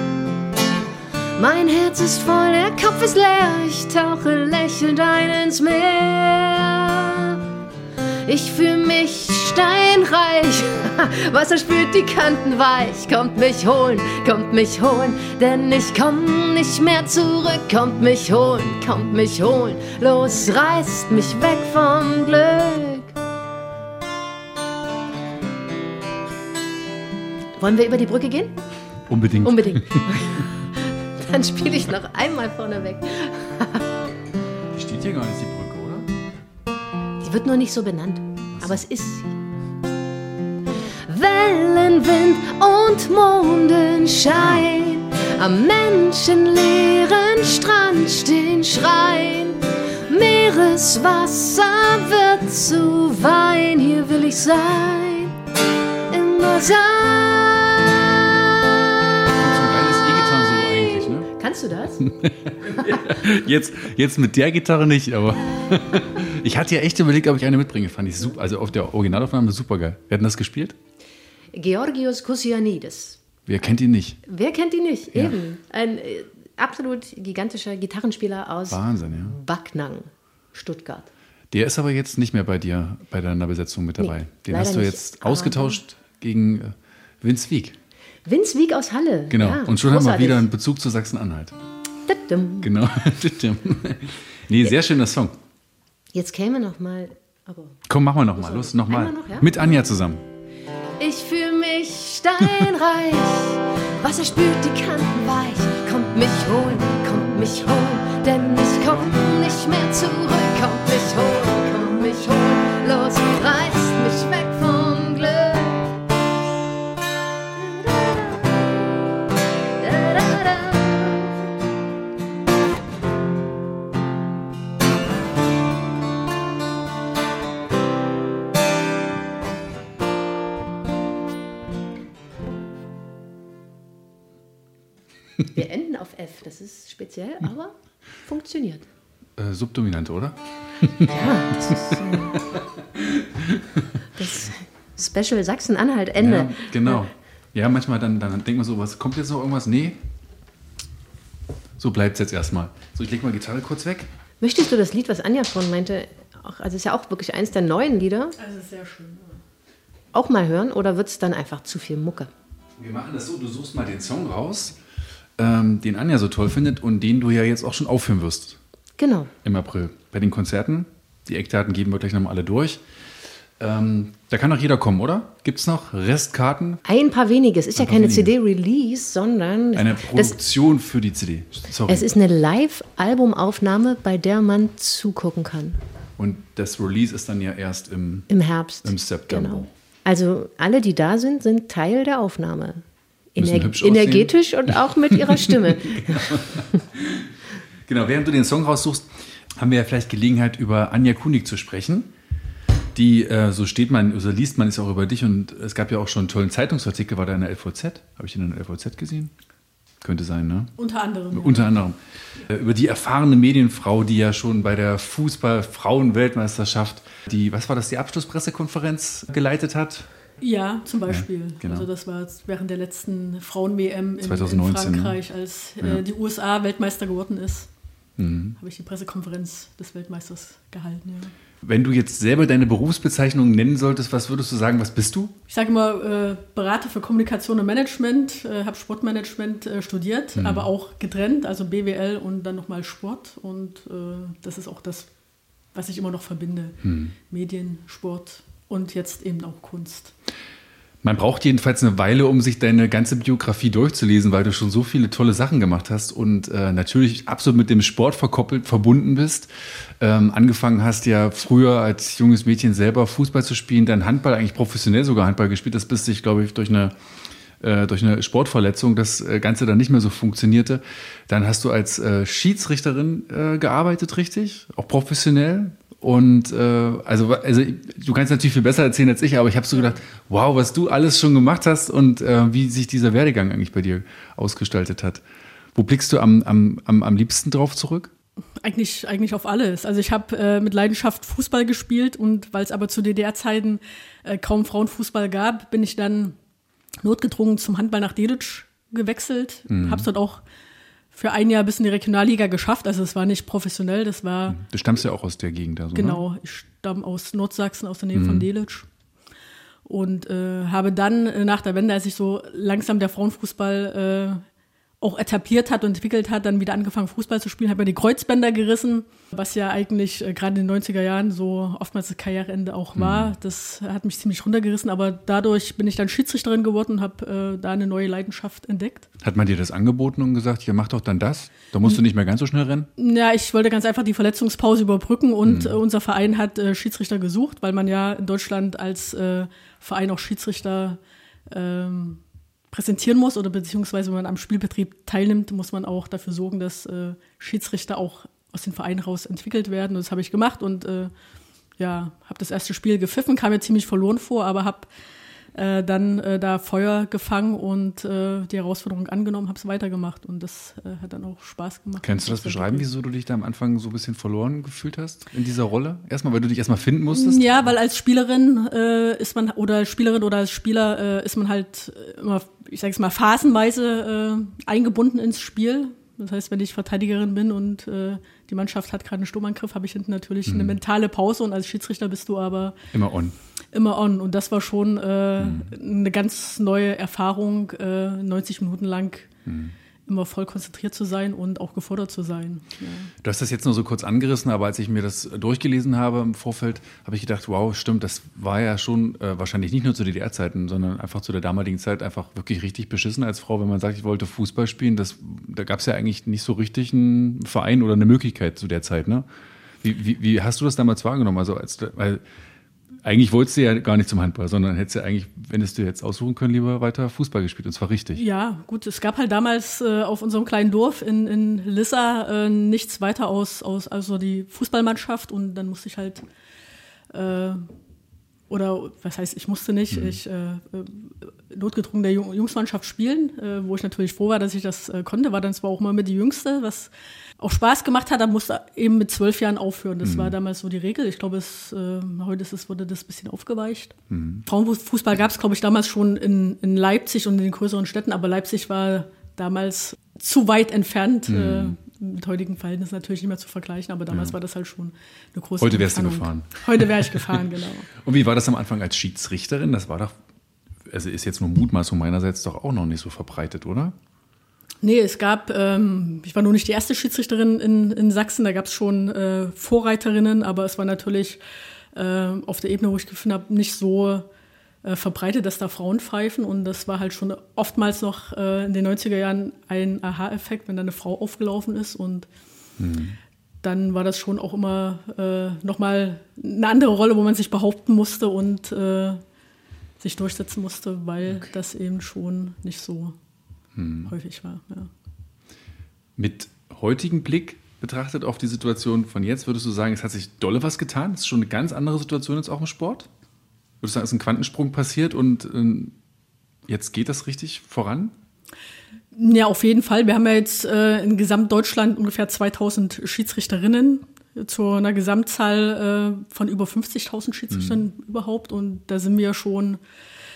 Mein Herz ist voll, der Kopf ist leer, ich tauche lächelnd ein ins Meer. Ich fühl mich steinreich, Wasser spült die Kanten weich, kommt mich holen, kommt mich holen, denn ich komm nicht mehr zurück, kommt mich holen, kommt mich holen, los, reißt mich weg vom Glück. Wollen wir über die Brücke gehen? Unbedingt. Unbedingt. Dann spiele ich noch einmal vorne weg. Die steht hier gar nicht, die Brücke, oder? Die wird nur nicht so benannt, aber es ist sie. Wellen, Wind und Mondenschein, am menschenleeren Strand stehen, schreien. Meereswasser wird zu Wein, hier will ich sein, immer sein. Kannst du das? jetzt, jetzt mit der Gitarre nicht, aber ich hatte ja echt überlegt, ob ich eine mitbringe. Fand ich super. Also auf der Originalaufnahme super geil. Wer hat denn das gespielt? Georgios Kousianidis. Wer kennt ihn nicht? Wer kennt ihn nicht? Ja. Eben. Ein äh, absolut gigantischer Gitarrenspieler aus Wahnsinn, ja. Backnang, Stuttgart. Der ist aber jetzt nicht mehr bei dir, bei deiner Besetzung mit dabei. Nee, Den leider hast du nicht. jetzt ausgetauscht gegen äh, Vince Wieg. Vince Wieg aus Halle. Genau. Ja, und schon großartig. haben wir wieder einen Bezug zu Sachsen-Anhalt. Dadum. Genau. Nee, sehr schöner Song. Jetzt käme noch mal. Aber Komm, machen wir noch mal. Los, noch mal. Einmal noch, ja? Mit Anja zusammen. ich fühl mich steinreich. Wasser spült die Kanten weich. Kommt mich holen, kommt mich holen, denn ich komm nicht mehr zurück. Kommt mich holen, kommt mich holen, los, reißt mich weg vom Glück. Wir enden auf F, das ist speziell, aber funktioniert. Äh, Subdominante, oder? Ja, das ist äh, das Special Sachsen-Anhalt-Ende. Ja, genau. Ja, manchmal dann, dann denkt man so, was kommt jetzt noch irgendwas? Nee. So bleibt es jetzt erstmal. So, ich leg mal Gitarre kurz weg. Möchtest du das Lied, was Anja vorhin meinte, auch, also ist ja auch wirklich eins der neuen Lieder, Also sehr schön. auch mal hören oder wird es dann einfach zu viel Mucke? Wir machen das so, du suchst mal den Song raus, ähm, den Anja so toll findet und den du ja jetzt auch schon aufführen wirst Genau. im April. Bei den Konzerten. Die Eckdaten geben wir gleich nochmal alle durch. Ähm, da kann doch jeder kommen, oder? Gibt es noch Restkarten? Ein paar wenige. Es ist Ein ja paar keine wenige. C D-Release, sondern Eine das, Produktion für die C D. Sorry. es ist eine Live-Albumaufnahme, bei der man zugucken kann. Und das Release ist dann ja erst im... Im Herbst. Im September. Genau. Also alle, die da sind, sind Teil der Aufnahme. Müssen Ener hübsch aussehen. energetisch und auch mit ihrer Stimme. Genau, während du den Song raussuchst, haben wir ja vielleicht Gelegenheit, über Anja Kunig zu sprechen. Die, äh, so steht man, so liest man es auch über dich und es gab ja auch schon einen tollen Zeitungsartikel, war da in der L V Z? Habe ich den in der L V Z gesehen? Könnte sein, ne? Unter anderem. Ja. Unter anderem. Äh, über die erfahrene Medienfrau, die ja schon bei der Fußball-Frauen-Weltmeisterschaft die, was war das, die Abschlusspressekonferenz geleitet hat? Ja, zum Beispiel. Ja, genau. Also das war jetzt während der letzten Frauen-W M in, zwanzig in neunzehn, Frankreich, ne? als Ja. äh, die U S A Weltmeister geworden ist. mhm. habe ich die Pressekonferenz des Weltmeisters gehalten. Ja. Wenn du jetzt selber deine Berufsbezeichnung nennen solltest, was würdest du sagen, was bist du? Ich sage immer, äh, Berater für Kommunikation und Management, äh, habe Sportmanagement äh, studiert, mhm. aber auch getrennt, also B W L und dann nochmal Sport. Und äh, das ist auch das, was ich immer noch verbinde. Mhm. Medien, Sport und jetzt eben auch Kunst. Man braucht jedenfalls eine Weile, um sich deine ganze Biografie durchzulesen, weil du schon so viele tolle Sachen gemacht hast und äh, natürlich absolut mit dem Sport verkoppelt, verbunden bist. Ähm, angefangen hast ja früher als junges Mädchen selber Fußball zu spielen, dann Handball, eigentlich professionell sogar Handball gespielt. Das bist dich, glaube ich, durch eine, äh, durch eine Sportverletzung, das Ganze dann nicht mehr so funktionierte. Dann hast du als äh, Schiedsrichterin äh, gearbeitet, richtig? Auch professionell? Und äh, also, also du kannst natürlich viel besser erzählen als ich, aber ich habe so gedacht, wow, was du alles schon gemacht hast und äh, wie sich dieser Werdegang eigentlich bei dir ausgestaltet hat. Wo blickst du am, am, am, am liebsten drauf zurück? Eigentlich, eigentlich auf alles. Also ich habe äh, mit Leidenschaft Fußball gespielt und weil es aber zu D D R-Zeiten äh, kaum Frauenfußball gab, bin ich dann notgedrungen zum Handball nach Delitzsch gewechselt. Mhm. Habe es dort auch für ein Jahr bis in die Regionalliga geschafft. Also es war nicht professionell, das war... Du stammst ja auch aus der Gegend. Also, genau, ne? Ich stamme aus Nordsachsen, aus der Nähe mhm. von Delitzsch. Und äh, habe dann äh, nach der Wende, als sich so langsam der Frauenfußball äh, auch etabliert hat und entwickelt hat, dann wieder angefangen Fußball zu spielen, habe mir die Kreuzbänder gerissen, was ja eigentlich äh, gerade in den neunziger Jahren so oftmals das Karriereende auch war. Mhm. Das hat mich ziemlich runtergerissen, aber dadurch bin ich dann Schiedsrichterin geworden und habe äh, da eine neue Leidenschaft entdeckt. Hat man dir das angeboten und gesagt, ja, mach doch dann das? Da musst du nicht mehr ganz so schnell rennen? Ja, ich wollte ganz einfach die Verletzungspause überbrücken und mhm. äh, unser Verein hat äh, Schiedsrichter gesucht, weil man ja in Deutschland als äh, Verein auch Schiedsrichter ähm, präsentieren muss oder beziehungsweise wenn man am Spielbetrieb teilnimmt, muss man auch dafür sorgen, dass äh, Schiedsrichter auch aus dem Verein raus entwickelt werden. Und das habe ich gemacht und äh, ja, habe das erste Spiel gepfiffen, kam mir ziemlich verloren vor, aber habe äh, dann äh, da Feuer gefangen und äh, die Herausforderung angenommen, habe es weitergemacht und das äh, hat dann auch Spaß gemacht. Kannst du das beschreiben, wieso du dich da am Anfang so ein bisschen verloren gefühlt hast in dieser Rolle? Erstmal, weil du dich erstmal finden musstest? Ja, weil als Spielerin äh, ist man oder als Spielerin oder als Spieler äh, ist man halt immer, ich sage es mal, phasenweise äh, eingebunden ins Spiel. Das heißt, wenn ich Verteidigerin bin und äh, die Mannschaft hat gerade einen Sturmangriff, habe ich hinten natürlich mhm. eine mentale Pause und als Schiedsrichter bist du aber immer on. Immer on. Und das war schon äh, mhm. eine ganz neue Erfahrung, äh, neunzig Minuten lang mhm. immer voll konzentriert zu sein und auch gefordert zu sein. Ja. Du hast das jetzt nur so kurz angerissen, aber als ich mir das durchgelesen habe im Vorfeld, habe ich gedacht, wow, stimmt, das war ja schon äh, wahrscheinlich nicht nur zu D D R-Zeiten, sondern einfach zu der damaligen Zeit einfach wirklich richtig beschissen als Frau, wenn man sagt, ich wollte Fußball spielen. Das, da gab es ja eigentlich nicht so richtig einen Verein oder eine Möglichkeit zu der Zeit, ne? Wie, wie, wie hast du das damals wahrgenommen? Also als, weil eigentlich wolltest du ja gar nicht zum Handball, sondern hättest ja eigentlich, wenn es dir jetzt aussuchen können, lieber weiter Fußball gespielt, und zwar richtig. Ja, gut, es gab halt damals äh, auf unserem kleinen Dorf in, in Lissa äh, nichts weiter aus, aus also die Fußballmannschaft und dann musste ich halt, äh, oder was heißt, ich musste nicht, mhm. ich äh, notgedrungen der Jungsmannschaft spielen, äh, wo ich natürlich froh war, dass ich das äh, konnte, war dann zwar auch mal mit die Jüngste, was auch Spaß gemacht hat, aber musste eben mit zwölf Jahren aufhören. Das mhm. war damals so die Regel. Ich glaube, es, äh, heute ist es, wurde das ein bisschen aufgeweicht. Mhm. Frauenfußball gab es, glaube ich, damals schon in, in Leipzig und in den größeren Städten, aber Leipzig war damals zu weit entfernt. Mhm. Äh, mit heutigen Verhältnissen natürlich nicht mehr zu vergleichen, aber damals ja. war das halt schon eine große Heute wärst Entfernung. du gefahren. Heute wäre ich gefahren, genau. Und wie war das am Anfang als Schiedsrichterin? Das war doch, also ist jetzt nur Mutmaßung meinerseits, doch auch noch nicht so verbreitet, oder? Nee, es gab, ähm, ich war nur nicht die erste Schiedsrichterin in, in Sachsen, da gab es schon äh, Vorreiterinnen, aber es war natürlich äh, auf der Ebene, wo ich gefunden habe, nicht so äh, verbreitet, dass da Frauen pfeifen und das war halt schon oftmals noch äh, in den neunziger Jahren ein Aha-Effekt, wenn da eine Frau aufgelaufen ist und mhm. dann war das schon auch immer äh, nochmal eine andere Rolle, wo man sich behaupten musste und äh, sich durchsetzen musste, weil okay. das eben schon nicht so Hm. häufig war, ja. Mit heutigem Blick betrachtet auf die Situation von jetzt, würdest du sagen, es hat sich dolle was getan? Es ist schon eine ganz andere Situation jetzt auch im Sport? Würdest du sagen, es ist ein Quantensprung passiert und äh, jetzt geht das richtig voran? Ja, auf jeden Fall. Wir haben ja jetzt äh, in Gesamtdeutschland ungefähr zweitausend Schiedsrichterinnen zu einer Gesamtzahl äh, von über fünfzigtausend Schiedsrichtern mhm. überhaupt und da sind wir schon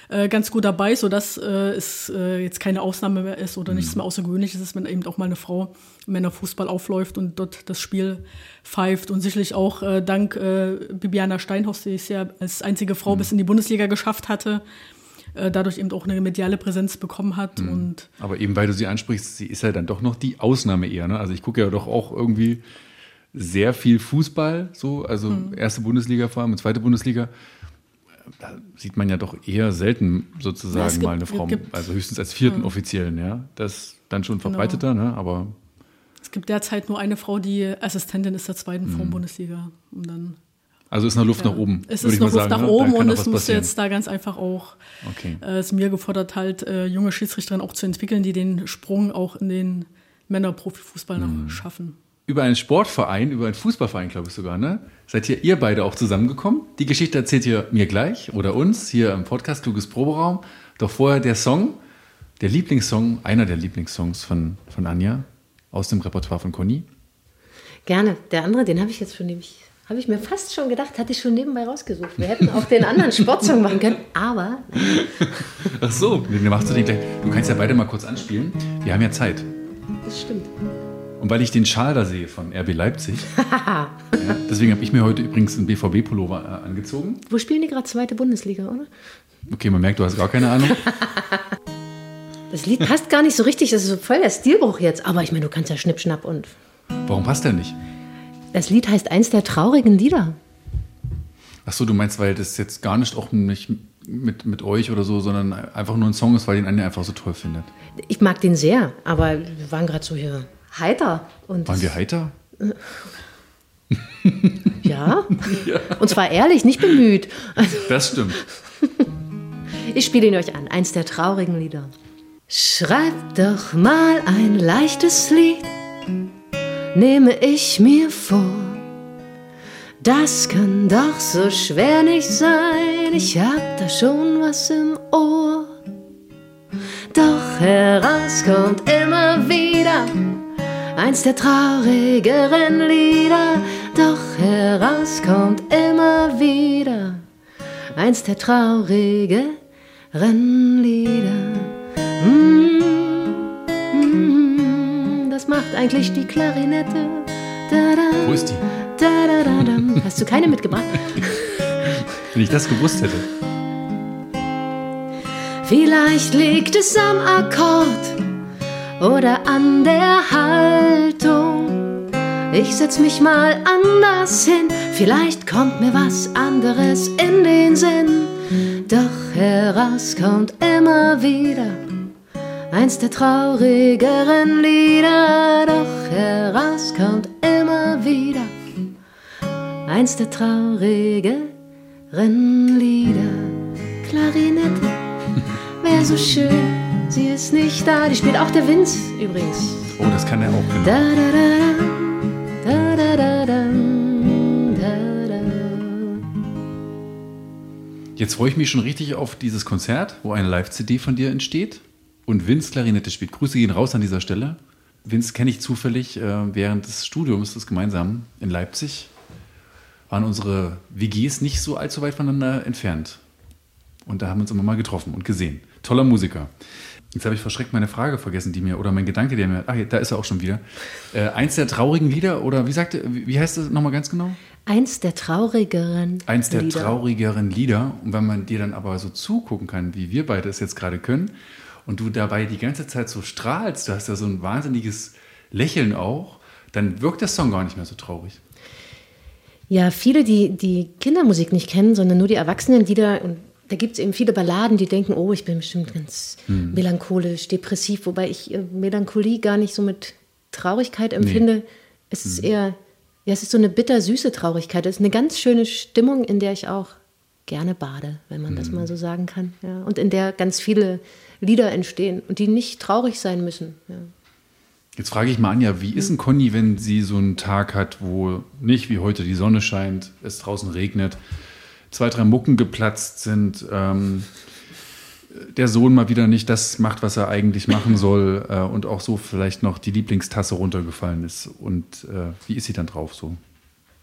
äh, ganz gut dabei, sodass äh, es äh, jetzt keine Ausnahme mehr ist oder mhm. nichts mehr Außergewöhnliches ist, wenn eben auch mal eine Frau im Männerfußball aufläuft und dort das Spiel pfeift. Und sicherlich auch äh, dank äh, Bibiana Steinhaus, die es ja als einzige Frau mhm. bis in die Bundesliga geschafft hatte, äh, dadurch eben auch eine mediale Präsenz bekommen hat. Mhm. Und aber eben, weil du sie ansprichst, sie ist ja dann doch noch die Ausnahme eher. Ne? Also ich gucke ja doch auch irgendwie sehr viel Fußball, so, also mhm. erste Bundesliga vor allem und zweite Bundesliga. Da sieht man ja doch eher selten sozusagen ja, gibt, mal eine Frau, gibt, also höchstens als vierten ja. Offiziellen, ja. Das ist dann schon verbreiteter, genau. ne? Aber es gibt derzeit nur eine Frau, die Assistentin ist der zweiten mhm. Frauen-Bundesliga. Und dann, also ist noch Luft ja. nach oben. Es ist noch Luft sagen, nach ne? oben und es muss jetzt da ganz einfach auch okay. äh, es mir gefordert, halt äh, junge Schiedsrichterinnen auch zu entwickeln, die den Sprung auch in den Männer-Profifußball mhm. noch schaffen. Über einen Sportverein, über einen Fußballverein, glaube ich sogar, ne? Seid ihr, ihr beide auch zusammengekommen? Die Geschichte erzählt ihr mir gleich oder uns hier im Podcast Kluges Proberaum. Doch vorher der Song, der Lieblingssong, einer der Lieblingssongs von, von Anja aus dem Repertoire von Conny. Gerne. Der andere, den habe ich jetzt schon nämlich, habe ich mir fast schon gedacht, hatte ich schon nebenbei rausgesucht. Wir hätten auch den anderen Sportsong machen können, aber... Ach so, den machst du den gleich. Du kannst ja beide mal kurz anspielen. Wir haben ja Zeit. Das stimmt. Und weil ich den Schal da sehe von R B Leipzig, ja, deswegen habe ich mir heute übrigens einen B V B-Pullover äh, angezogen. Wo spielen die gerade zweite Bundesliga, oder? Okay, man merkt, du hast gar keine Ahnung. Das Lied passt gar nicht so richtig, das ist so voll der Stilbruch jetzt. Aber ich meine, du kannst ja Schnipp, Schnapp und... Warum passt der nicht? Das Lied heißt eins der traurigen Lieder. Ach so, du meinst, weil das jetzt gar nicht auch nicht mit, mit euch oder so, sondern einfach nur ein Song ist, weil den Anja einfach so toll findet. Ich mag den sehr, aber wir waren gerade so hier... heiter. Und waren wir heiter? Ja. ja. Und zwar ehrlich, nicht bemüht. Also, das stimmt. Ich spiele ihn euch an. Eins der traurigen Lieder. Schreibt doch mal ein leichtes Lied, nehme ich mir vor. Das kann doch so schwer nicht sein. Ich hab da schon was im Ohr. Doch heraus kommt immer wieder eins der traurigeren Lieder, doch heraus kommt immer wieder eins der traurigeren Lieder. Mm, mm, das macht eigentlich die Klarinette. Da, da, Wo ist die? Da, da, da, da. Hast du keine mitgebracht? Wenn ich das gewusst hätte. Vielleicht liegt es am Akkord oder an der Haltung. Ich setz mich mal anders hin, vielleicht kommt mir was anderes in den Sinn. Doch heraus kommt immer wieder eins der traurigeren Lieder. Doch heraus kommt immer wieder eins der traurigeren Lieder. Klarinette, wär so schön. Sie ist nicht da, die spielt auch der Vince übrigens. Oh, das kann er auch, genau. Da, da, da, da, da, da, da, da. Jetzt freue ich mich schon richtig auf dieses Konzert, wo eine Live-C D von dir entsteht und Vince Klarinette spielt. Grüße gehen raus an dieser Stelle. Vince kenne ich zufällig äh, während des Studiums, des Gemeinsamen in Leipzig. Waren unsere W Gs nicht so allzu weit voneinander entfernt. Und da haben wir uns immer mal getroffen und gesehen. Toller Musiker. Jetzt habe ich verschreckt meine Frage vergessen, die mir, oder mein Gedanke, der mir, ach, da ist er auch schon wieder. Äh, eins der traurigen Lieder, oder wie sagte, wie heißt das nochmal ganz genau? Eins der traurigeren Eins der Lieder. traurigeren Lieder. Und wenn man dir dann aber so zugucken kann, wie wir beide es jetzt gerade können, und du dabei die ganze Zeit so strahlst, du hast ja so ein wahnsinniges Lächeln auch, dann wirkt der Song gar nicht mehr so traurig. Ja, viele, die die Kindermusik nicht kennen, sondern nur die Erwachsenenlieder, und da gibt es eben viele Balladen, die denken, oh, ich bin bestimmt ganz hm. melancholisch, depressiv, wobei ich äh, Melancholie gar nicht so mit Traurigkeit empfinde. Nee. Es ist hm. eher, ja, es ist so eine bittersüße Traurigkeit. Es ist eine ganz schöne Stimmung, in der ich auch gerne bade, wenn man hm. das mal so sagen kann. Ja. Und in der ganz viele Lieder entstehen und die nicht traurig sein müssen. Ja. Jetzt frage ich mal Anja, wie ist denn Conny, wenn sie so einen Tag hat, wo nicht wie heute die Sonne scheint, es draußen regnet, zwei, drei Mucken geplatzt sind, ähm, der Sohn mal wieder nicht das macht, was er eigentlich machen soll äh, und auch so vielleicht noch die Lieblingstasse runtergefallen ist. Und äh, wie ist sie dann drauf so?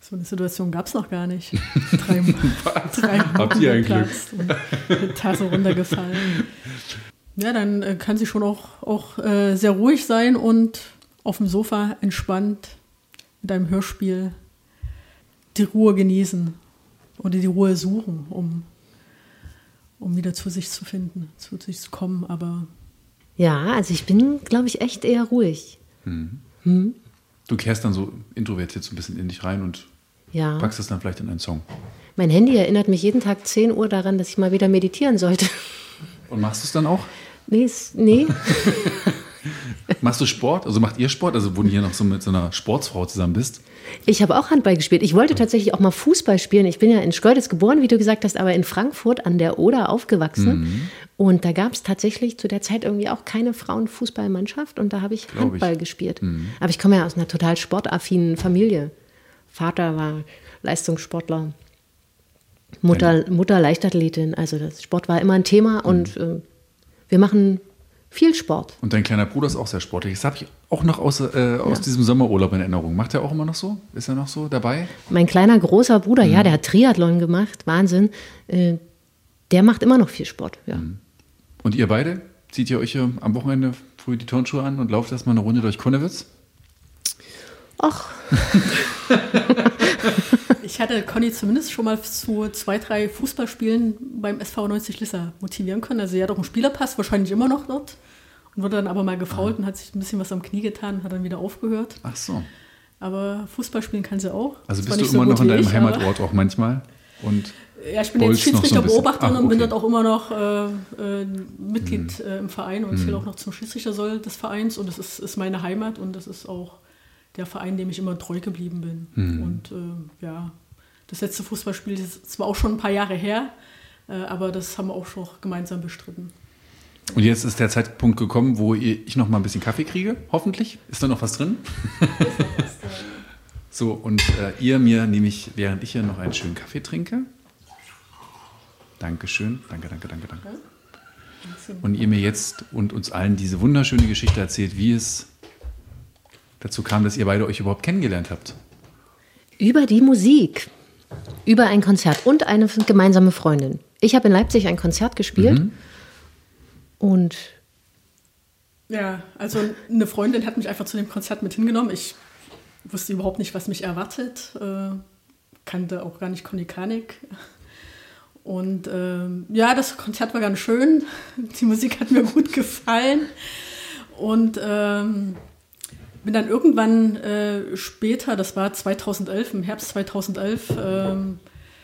So eine Situation gab es noch gar nicht. Drei, drei Habt ihr ein Glück? Und eine Tasse runtergefallen. Ja, dann äh, kann sie schon auch, auch äh, sehr ruhig sein und auf dem Sofa entspannt mit einem Hörspiel die Ruhe genießen oder die Ruhe suchen, um, um wieder zu sich zu finden, zu sich zu kommen. Aber ja, also ich bin, glaube ich, echt eher ruhig. Hm. Hm? Du kehrst dann so introvertiert so ein bisschen in dich rein und ja. packst es dann vielleicht in einen Song. Mein Handy erinnert mich jeden Tag zehn Uhr daran, dass ich mal wieder meditieren sollte. Und machst du es dann auch? Nee, nee. Machst du Sport? Also macht ihr Sport? Also wo du hier noch so mit so einer Sportsfrau zusammen bist? Ich habe auch Handball gespielt. Ich wollte tatsächlich auch mal Fußball spielen. Ich bin ja in Schkeuditz geboren, wie du gesagt hast, aber in Frankfurt an der Oder aufgewachsen. Mhm. Und da gab es tatsächlich zu der Zeit irgendwie auch keine Frauenfußballmannschaft. Und da habe ich Glaub Handball ich. gespielt. Mhm. Aber ich komme ja aus einer total sportaffinen Familie. Vater war Leistungssportler, Mutter, Mutter Leichtathletin. Also das Sport war immer ein Thema. Mhm. Und äh, wir machen viel Sport. Und dein kleiner Bruder ist auch sehr sportlich. Das habe ich auch noch aus, äh, aus ja. diesem Sommerurlaub in Erinnerung. Macht er auch immer noch so? Ist er noch so dabei? Mein kleiner, großer Bruder, mhm. ja, der hat Triathlon gemacht. Wahnsinn. Äh, der macht immer noch viel Sport, ja. Mhm. Und ihr beide? Zieht ihr euch äh, am Wochenende früh die Turnschuhe an und lauft erstmal eine Runde durch Konnewitz? Ach. Ich hatte Conny zumindest schon mal zu zwei, drei Fußballspielen beim S V neunzig Lissa motivieren können. Also sie hat auch einen Spielerpass, wahrscheinlich immer noch dort. Und wurde dann aber mal gefault ah. und hat sich ein bisschen was am Knie getan und hat dann wieder aufgehört. Ach so. Aber Fußball spielen kann sie auch. Also bist du immer so noch in deinem ich, Heimatort auch manchmal? Und ja, ich bin jetzt Schiedsrichterbeobachterin so okay. und bin dort auch immer noch äh, äh, Mitglied äh, im Verein und hm. zähle auch noch zum Schiedsrichtersoll des Vereins. Und das ist, ist meine Heimat und das ist auch der Verein, dem ich immer treu geblieben bin. Hm. Und äh, ja, das letzte Fußballspiel ist zwar auch schon ein paar Jahre her, äh, aber das haben wir auch schon gemeinsam bestritten. Und jetzt ist der Zeitpunkt gekommen, wo ich noch mal ein bisschen Kaffee kriege, hoffentlich. Ist da noch was drin? So, und äh, ihr mir nämlich, während ich hier noch einen schönen Kaffee trinke. Dankeschön. Danke, danke, danke, danke. Und ihr mir jetzt und uns allen diese wunderschöne Geschichte erzählt, wie es dazu kam, dass ihr beide euch überhaupt kennengelernt habt. Über die Musik. Über ein Konzert und eine gemeinsame Freundin. Ich habe in Leipzig ein Konzert gespielt. Mhm. Und ja, also eine Freundin hat mich einfach zu dem Konzert mit hingenommen. Ich wusste überhaupt nicht, was mich erwartet. Äh, kannte auch gar nicht Conny Kanik. Und ähm, ja, das Konzert war ganz schön. Die Musik hat mir gut gefallen. Und ähm, bin dann irgendwann äh, später, das war zweitausendelf, im Herbst zweitausendelf, ähm,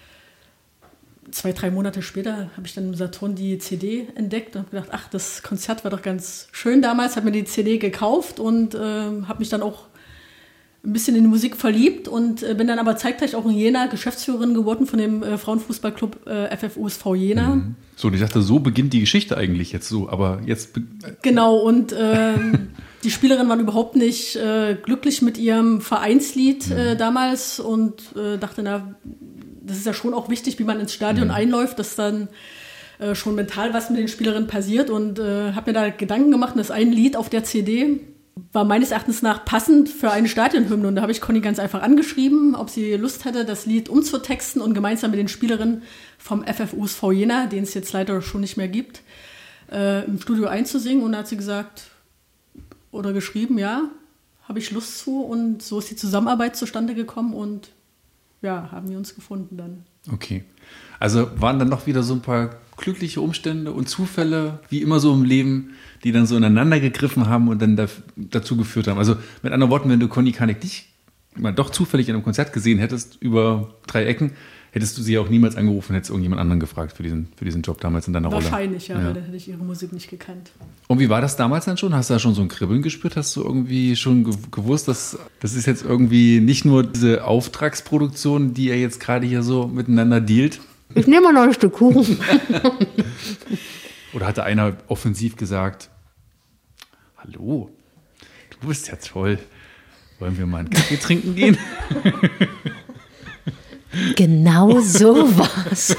zwei, drei Monate später habe ich dann im Saturn die C D entdeckt und habe gedacht, ach, das Konzert war doch ganz schön damals, habe mir die C D gekauft und äh, habe mich dann auch ein bisschen in die Musik verliebt und äh, bin dann aber zeitgleich auch in Jena Geschäftsführerin geworden von dem äh, Frauenfußballclub äh, F F U S V Jena. Mhm. So, und ich dachte, so beginnt die Geschichte eigentlich jetzt so, aber jetzt... Be- genau, und äh, die Spielerinnen waren überhaupt nicht äh, glücklich mit ihrem Vereinslied mhm. äh, damals und äh, dachte, na, das ist ja schon auch wichtig, wie man ins Stadion mhm. einläuft, dass dann äh, schon mental was mit den Spielerinnen passiert und äh, habe mir da Gedanken gemacht und das ein Lied auf der C D war meines Erachtens nach passend für eine Stadionhymne und da habe ich Conny ganz einfach angeschrieben, ob sie Lust hätte, das Lied umzutexten und gemeinsam mit den Spielerinnen vom F F U S V Jena, den es jetzt leider schon nicht mehr gibt, äh, im Studio einzusingen und da hat sie gesagt oder geschrieben, ja, habe ich Lust zu und so ist die Zusammenarbeit zustande gekommen und ja, haben wir uns gefunden dann. Okay. Also waren dann noch wieder so ein paar glückliche Umstände und Zufälle, wie immer so im Leben, die dann so ineinander gegriffen haben und dann da, dazu geführt haben. Also mit anderen Worten, wenn du Conny Kanik nicht mal doch zufällig in einem Konzert gesehen hättest, über drei Ecken, hättest du sie auch niemals angerufen, hättest irgendjemand anderen gefragt für diesen, für diesen Job damals in deiner Rolle. Wahrscheinlich, ja, ja, weil dann hätte ich ihre Musik nicht gekannt. Und wie war das damals dann schon? Hast du da schon so ein Kribbeln gespürt? Hast du irgendwie schon gewusst, dass das ist jetzt irgendwie nicht nur diese Auftragsproduktion, die ihr jetzt gerade hier so miteinander dealt? Ich nehme mal noch ein Stück Kuchen. Oder hatte einer offensiv gesagt, hallo, du bist ja toll, wollen wir mal einen Kaffee trinken gehen? Genau so war's.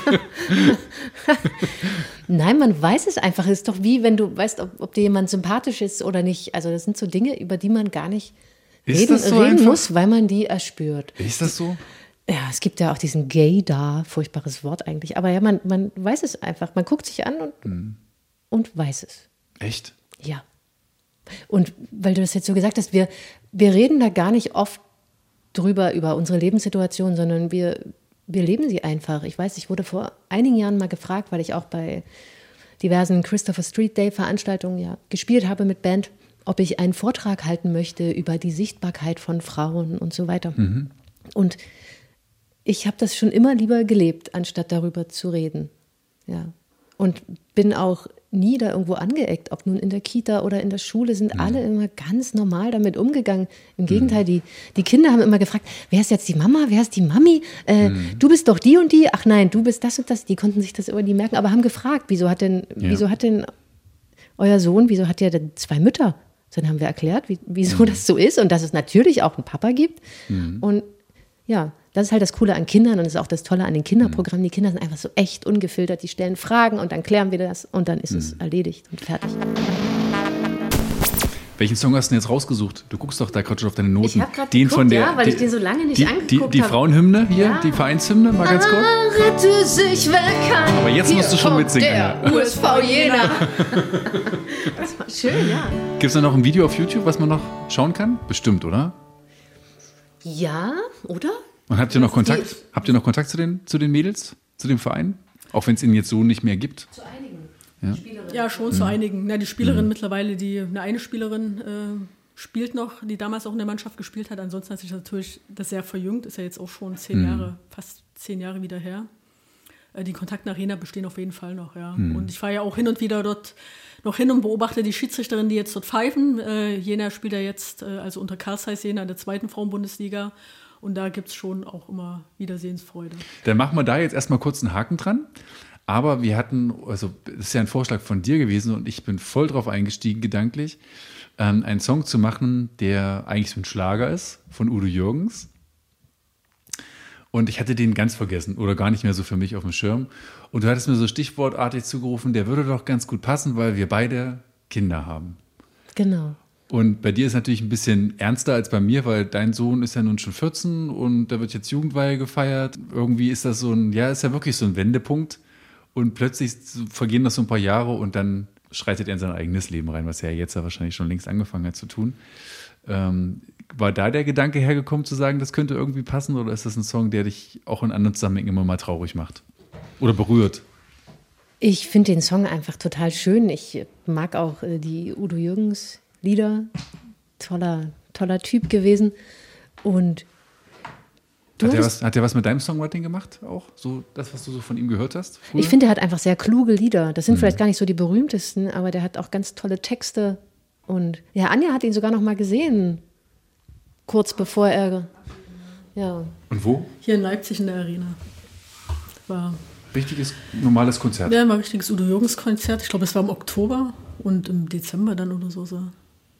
Nein, man weiß es einfach. Es ist doch wie, wenn du weißt, ob, ob dir jemand sympathisch ist oder nicht. Also das sind so Dinge, über die man gar nicht ist reden, das so reden einfach? muss, weil man die erspürt. Ist das so? Ja, es gibt ja auch diesen Gaydar, furchtbares Wort eigentlich. Aber ja, man, man weiß es einfach. Man guckt sich an und, mhm. und weiß es. Echt? Ja. Und weil du das jetzt so gesagt hast, wir, wir reden da gar nicht oft drüber, über unsere Lebenssituation, sondern wir, wir leben sie einfach. Ich weiß, ich wurde vor einigen Jahren mal gefragt, weil ich auch bei diversen Christopher Street Day Veranstaltungen ja gespielt habe mit Band, ob ich einen Vortrag halten möchte über die Sichtbarkeit von Frauen und so weiter. Mhm. Und ich habe das schon immer lieber gelebt, anstatt darüber zu reden. Ja. Und bin auch nie da irgendwo angeeckt, ob nun in der Kita oder in der Schule, sind mhm. alle immer ganz normal damit umgegangen. Im Gegenteil, mhm. die, die Kinder haben immer gefragt, wer ist jetzt die Mama, wer ist die Mami? Äh, mhm. Du bist doch die und die, ach nein, du bist das und das. Die konnten sich das immer nie merken, aber haben gefragt, wieso hat denn, ja. wieso hat denn euer Sohn, wieso hat der denn zwei Mütter? Dann haben wir erklärt, wie, wieso mhm. das so ist und dass es natürlich auch einen Papa gibt. Mhm. Und ja, das ist halt das Coole an Kindern und das ist auch das Tolle an den Kinderprogrammen. Die Kinder sind einfach so echt ungefiltert, die stellen Fragen und dann klären wir das und dann ist mhm. es erledigt und fertig. Welchen Song hast du denn jetzt rausgesucht? Du guckst doch da gerade schon auf deine Noten. Ich habe gerade geguckt, von der, ja, weil die, ich den so lange nicht die, angeguckt habe. Die, die Frauenhymne hier, ja. die Vereinshymne, mal ganz kurz. Rette sich, wer kann. Aber jetzt musst du schon mitsingen. Der U S V Jena. Das war schön, ja. Gibt es da noch ein Video auf YouTube, was man noch schauen kann? Bestimmt, oder? Ja, oder? Und habt ihr noch Kontakt? Habt ihr noch Kontakt zu den, zu den Mädels, zu dem Verein? Auch wenn es ihn jetzt so nicht mehr gibt? Zu einigen. Ja, ja schon mhm. zu einigen. Ja, die Spielerin mhm. mittlerweile, die eine, eine Spielerin äh, spielt noch, die damals auch in der Mannschaft gespielt hat. Ansonsten hat sich natürlich das sehr verjüngt. Ist ja jetzt auch schon zehn mhm. Jahre, fast zehn Jahre wieder her. Äh, die Kontakte nach Jena bestehen auf jeden Fall noch. Ja. Mhm. Und ich fahre ja auch hin und wieder dort noch hin und beobachte die Schiedsrichterinnen, die jetzt dort pfeifen. Äh, Jena spielt ja jetzt, äh, also unter Karl Zeiss Jena in der zweiten Frauenbundesliga. Und da gibt es schon auch immer Wiedersehensfreude. Dann machen wir da jetzt erstmal kurz einen Haken dran. Aber wir hatten, also das ist ja ein Vorschlag von dir gewesen und ich bin voll drauf eingestiegen, gedanklich, ähm, einen Song zu machen, der eigentlich so ein Schlager ist, von Udo Jürgens. Und ich hatte den ganz vergessen oder gar nicht mehr so für mich auf dem Schirm. Und du hattest mir so stichwortartig zugerufen, der würde doch ganz gut passen, weil wir beide Kinder haben. Genau. Und bei dir ist natürlich ein bisschen ernster als bei mir, weil dein Sohn ist ja nun schon vierzehn und da wird jetzt Jugendweihe gefeiert. Irgendwie ist das so ein, ja, ist ja wirklich so ein Wendepunkt. Und plötzlich vergehen das so ein paar Jahre und dann schreitet er in sein eigenes Leben rein, was er jetzt ja wahrscheinlich schon längst angefangen hat zu tun. Ähm, war da der Gedanke hergekommen, zu sagen, das könnte irgendwie passen? Oder ist das ein Song, der dich auch in anderen Zusammenhängen immer mal traurig macht? Oder berührt? Ich finde den Song einfach total schön. Ich mag auch äh, die Udo Jürgens Lieder. Toller, toller Typ gewesen. Und du hat, er was, hat er was mit deinem Songwriting gemacht auch? So das, was du so von ihm gehört hast? Früher? Ich finde, er hat einfach sehr kluge Lieder. Das sind mhm. vielleicht gar nicht so die berühmtesten, aber der hat auch ganz tolle Texte. Und ja, Anja hat ihn sogar noch mal gesehen, kurz bevor er... Ja. Und wo? Hier in Leipzig in der Arena. War richtiges, normales Konzert? Ja, war ein richtiges Udo Jürgens Konzert. Ich glaube, es war im Oktober und im Dezember dann oder so. so.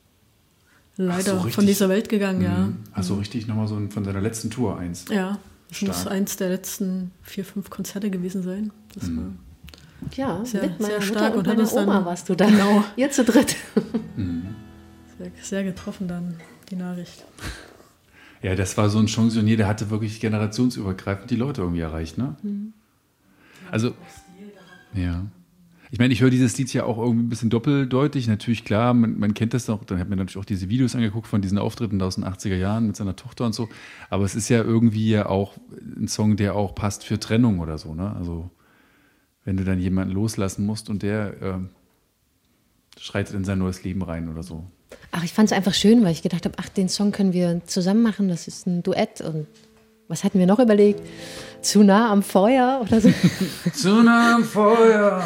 Leider so, von dieser Welt gegangen, mhm. ja. Also richtig nochmal so von seiner letzten Tour eins. Ja, das Stark. Muss eins der letzten vier, fünf Konzerte gewesen sein. Das mhm. war ja, sehr, mit meiner sehr stark. Mutter und, und meiner Oma dann, warst du da. Genau. Ihr zu dritt. Mhm. Sehr, sehr getroffen dann, die Nachricht. Ja, das war so ein Chansonnier, der hatte wirklich generationsübergreifend die Leute irgendwie erreicht, ne? Mhm. Also, ja. Ich meine, ich höre dieses Lied ja auch irgendwie ein bisschen doppeldeutig. Natürlich, klar, man, man kennt das auch. Dann hat man natürlich auch diese Videos angeguckt von diesen Auftritten aus den achtziger Jahren mit seiner Tochter und so. Aber es ist ja irgendwie ja auch ein Song, der auch passt für Trennung oder so, ne? Also, wenn du dann jemanden loslassen musst und der äh, schreitet in sein neues Leben rein oder so. Ach, ich fand es einfach schön, weil ich gedacht habe, ach, den Song können wir zusammen machen. Das ist ein Duett. Und was hatten wir noch überlegt? Zu nah am Feuer oder so? Zu nah am Feuer.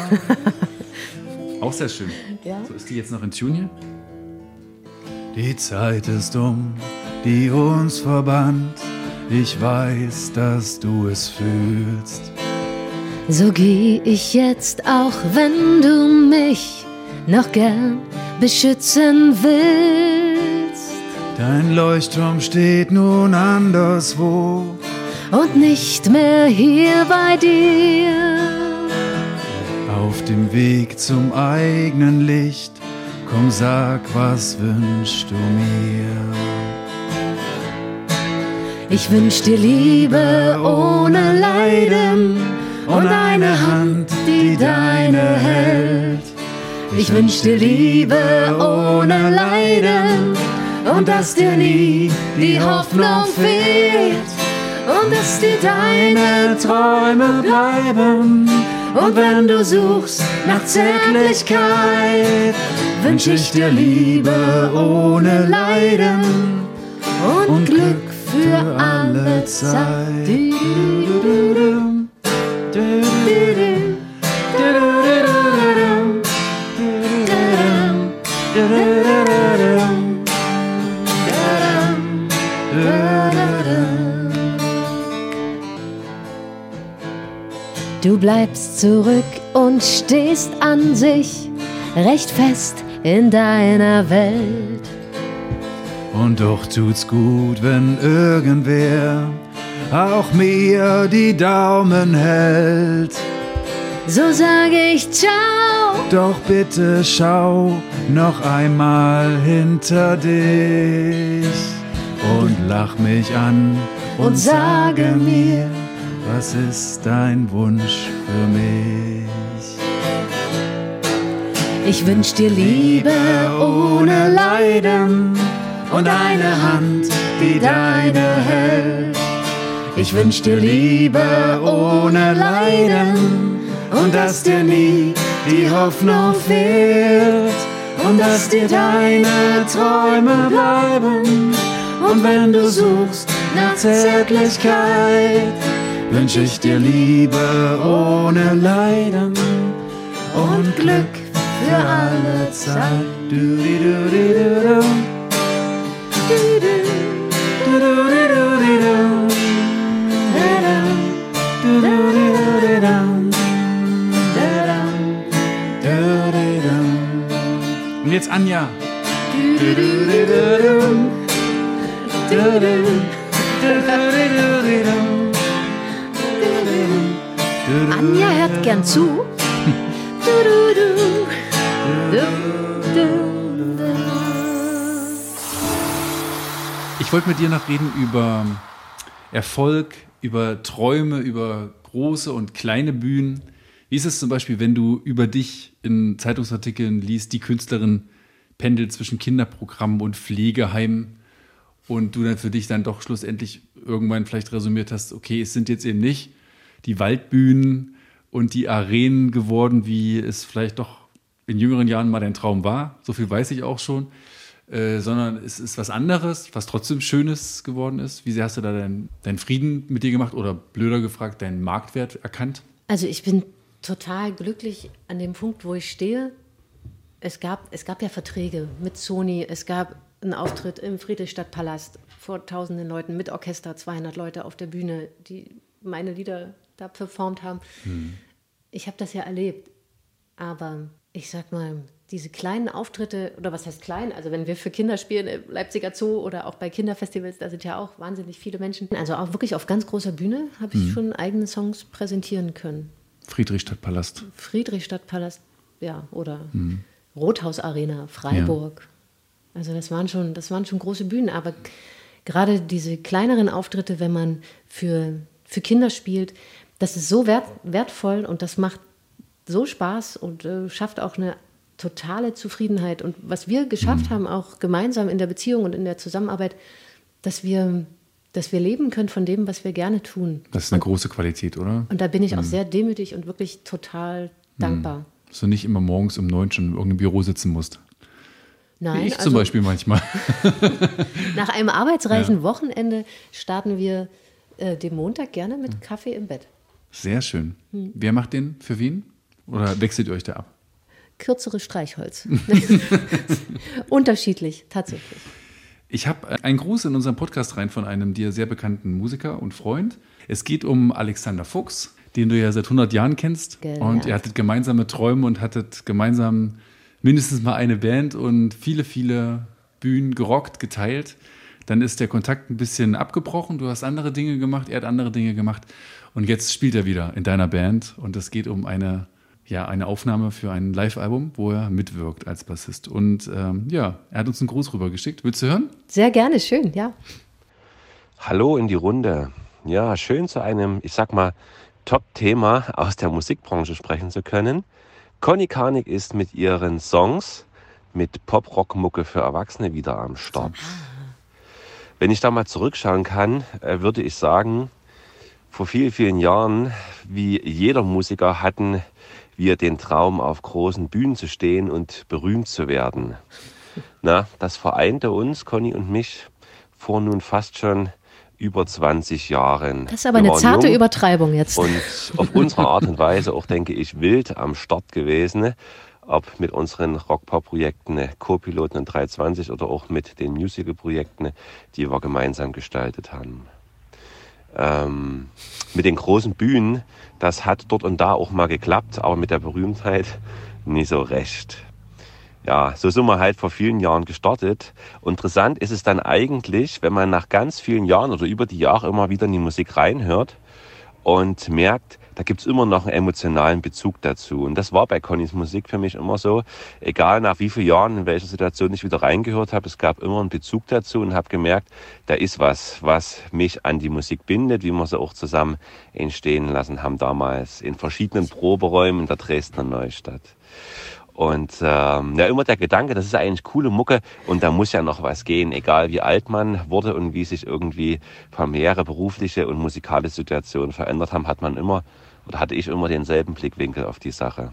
Auch sehr schön. Ja. So, ist die jetzt noch in Tune hier? Die Zeit ist um, die uns verband. Ich weiß, dass du es fühlst. So geh ich jetzt, auch wenn du mich noch gern beschützen willst. Dein Leuchtturm steht nun anderswo und nicht mehr hier bei dir. Auf dem Weg zum eigenen Licht, komm, sag, was wünschst du mir? Ich wünsch dir Liebe ohne Leiden und eine Hand, die deine hält. Ich wünsch dir Liebe ohne Leiden und dass dir nie die Hoffnung fehlt und dass dir deine Träume bleiben. Und wenn du suchst nach Zärtlichkeit, wünsch ich dir Liebe ohne Leiden und Glück für alle Zeit. Du bleibst zurück und stehst an sich recht fest in deiner Welt. Und doch tut's gut, wenn irgendwer auch mir die Daumen hält. So sage ich ciao. Doch bitte schau noch einmal hinter dich und lach mich an und, und sage mir, was ist dein Wunsch für mich? Ich wünsch dir Liebe ohne Leiden und eine Hand, die deine hält. Ich wünsch dir Liebe ohne Leiden und dass dir nie die Hoffnung fehlt und dass dir deine Träume bleiben. Und wenn du suchst nach Zärtlichkeit, wünsch ich dir Liebe ohne Leiden und Glück für alle Zeit. Du, di, du, di, du, du. Du, du, du, du, di, du, di, du. Du, du, du, di, du, di, du. Und jetzt Anja. Anja hört gern zu. Ich wollte mit dir noch reden über Erfolg, über Träume, über große und kleine Bühnen. Wie ist es zum Beispiel, wenn du über dich in Zeitungsartikeln liest, die Künstlerin pendelt zwischen Kinderprogrammen und Pflegeheimen und du dann für dich dann doch schlussendlich irgendwann vielleicht resümiert hast, okay, es sind jetzt eben nicht die Waldbühnen und die Arenen geworden, wie es vielleicht doch in jüngeren Jahren mal dein Traum war, so viel weiß ich auch schon, äh, sondern es ist was anderes, was trotzdem Schönes geworden ist. Wie sehr hast du da deinen dein Frieden mit dir gemacht oder blöder gefragt, deinen Marktwert erkannt? Also ich bin total glücklich an dem Punkt, wo ich stehe. Es gab, es gab ja Verträge mit Sony, es gab einen Auftritt im Friedrichstadtpalast vor tausenden Leuten mit Orchester, zweihundert Leute auf der Bühne, die meine Lieder da performt haben. Hm. Ich habe das ja erlebt, aber ich sag mal, diese kleinen Auftritte, oder was heißt klein, also wenn wir für Kinder spielen im Leipziger Zoo oder auch bei Kinderfestivals, da sind ja auch wahnsinnig viele Menschen. Also auch wirklich auf ganz großer Bühne habe ich hm. schon eigene Songs präsentieren können. Friedrichstadtpalast. Friedrichstadtpalast, ja, oder hm. Rothaus Arena, Freiburg. Ja. Also das waren schon, das waren schon große Bühnen, aber gerade diese kleineren Auftritte, wenn man für, für Kinder spielt, das ist so wert, wertvoll und das macht so Spaß und äh, schafft auch eine totale Zufriedenheit. Und was wir geschafft mhm. haben, auch gemeinsam in der Beziehung und in der Zusammenarbeit, dass wir, dass wir leben können von dem, was wir gerne tun. Das ist eine und, große Qualität, oder? Und da bin ich mhm. auch sehr demütig und wirklich total dankbar. Mhm. Dass du nicht immer morgens um neun schon in irgendeinem Büro sitzen musst. Nein, Wie ich also, zum Beispiel manchmal. Nach einem arbeitsreichen ja. Wochenende starten wir äh, den Montag gerne mit Kaffee im Bett. Sehr schön. Hm. Wer macht den für wen? Oder wechselt ihr euch da ab? Kürzere Streichholz. Unterschiedlich, tatsächlich. Ich habe einen Gruß in unserem Podcast rein von einem dir sehr bekannten Musiker und Freund. Es geht um Alexander Fuchs, den du ja seit hundert Jahren kennst. Genau. Und ihr hattet gemeinsame Träume und hattet gemeinsam mindestens mal eine Band und viele, viele Bühnen gerockt, geteilt. Dann ist der Kontakt ein bisschen abgebrochen. Du hast andere Dinge gemacht, er hat andere Dinge gemacht. Und jetzt spielt er wieder in deiner Band. Und es geht um eine, ja, eine Aufnahme für ein Live-Album, wo er mitwirkt als Bassist. Und ähm, ja, er hat uns einen Gruß rübergeschickt. Willst du hören? Sehr gerne, schön, ja. Hallo in die Runde. Ja, schön zu einem, ich sag mal, Top-Thema aus der Musikbranche sprechen zu können. Conny Karnick ist mit ihren Songs mit Pop-Rock-Mucke für Erwachsene wieder am Start. Wenn ich da mal zurückschauen kann, würde ich sagen, vor vielen, vielen Jahren, wie jeder Musiker, hatten wir den Traum, auf großen Bühnen zu stehen und berühmt zu werden. Na, das vereinte uns, Conny und mich, vor nun fast schon über zwanzig Jahren. Das ist aber eine zarte Übertreibung jetzt. Und auf unsere Art und Weise auch, denke ich, wild am Start gewesen. Ob mit unseren Rock-Pop-Projekten Co-Piloten und dreihundertzwanzig oder auch mit den Musical-Projekten, die wir gemeinsam gestaltet haben. Ähm, mit den großen Bühnen, das hat dort und da auch mal geklappt, aber mit der Berühmtheit nicht so recht. Ja, so sind wir halt vor vielen Jahren gestartet. Interessant ist es dann eigentlich, wenn man nach ganz vielen Jahren oder über die Jahre immer wieder in die Musik reinhört und merkt, da gibt's immer noch einen emotionalen Bezug dazu. Und das war bei Connys Musik für mich immer so, egal nach wie vielen Jahren, in welcher Situation ich wieder reingehört habe, es gab immer einen Bezug dazu und habe gemerkt, da ist was, was mich an die Musik bindet, wie wir sie auch zusammen entstehen lassen haben damals in verschiedenen Proberäumen der Dresdner Neustadt. Und ähm, ja, immer der Gedanke, das ist eigentlich coole Mucke und da muss ja noch was gehen, egal wie alt man wurde und wie sich irgendwie familiäre, berufliche und musikalische Situationen verändert haben, hat man immer oder hatte ich immer denselben Blickwinkel auf die Sache.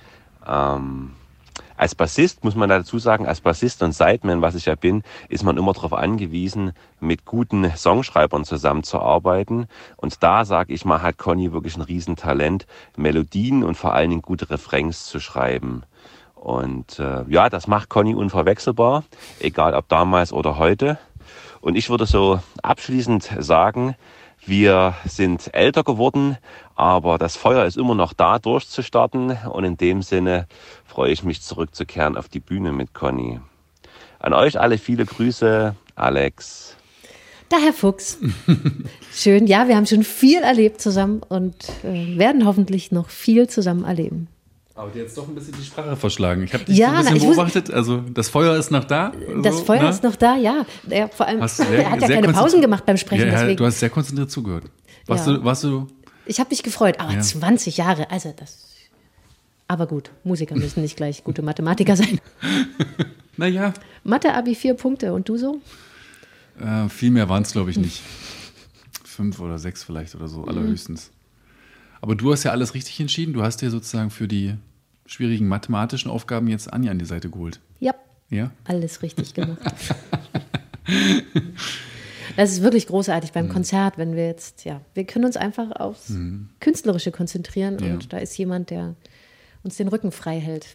Ähm, als Bassist muss man dazu sagen, als Bassist und Sideman, was ich ja bin, ist man immer darauf angewiesen, mit guten Songschreibern zusammenzuarbeiten. Und da, sage ich mal, hat Conny wirklich ein Riesentalent, Melodien und vor allen Dingen gute Refrains zu schreiben. Und äh, ja, das macht Conny unverwechselbar, egal ob damals oder heute. Und ich würde so abschließend sagen, wir sind älter geworden, aber das Feuer ist immer noch da, durchzustarten. Und in dem Sinne freue ich mich, zurückzukehren auf die Bühne mit Conny. An euch alle viele Grüße, Alex. Da, Herr Fuchs. Schön, ja, wir haben schon viel erlebt zusammen und äh, werden hoffentlich noch viel zusammen erleben. Aber dir jetzt doch ein bisschen die Sprache verschlagen. Ich habe dich Ja, so ein bisschen na, ich beobachtet. Also das Feuer ist noch da. Das so, Feuer na? ist noch da, ja. Er, vor allem, Hast du sehr- er hat ja sehr keine konzentri- Pausen gemacht beim Sprechen. Ja, ja, deswegen. du hast sehr konzentriert zugehört. Warst, Ja. du, warst du... Ich habe mich gefreut, aber Ja. zwanzig Jahre, also das. Aber gut, Musiker müssen nicht gleich gute Mathematiker sein. Naja, Mathe-Abi vier Punkte und du so? äh, viel mehr waren es, glaube ich, nicht. Fünf oder sechs vielleicht oder so, allerhöchstens. Aber du hast ja alles richtig entschieden. Du hast dir sozusagen für die schwierigen mathematischen Aufgaben jetzt Anja an die Seite geholt. Ja, Ja? alles richtig gemacht. Das ist wirklich großartig beim Konzert, wenn wir jetzt, ja, wir können uns einfach aufs Künstlerische konzentrieren Ja. und da ist jemand, der uns den Rücken frei hält.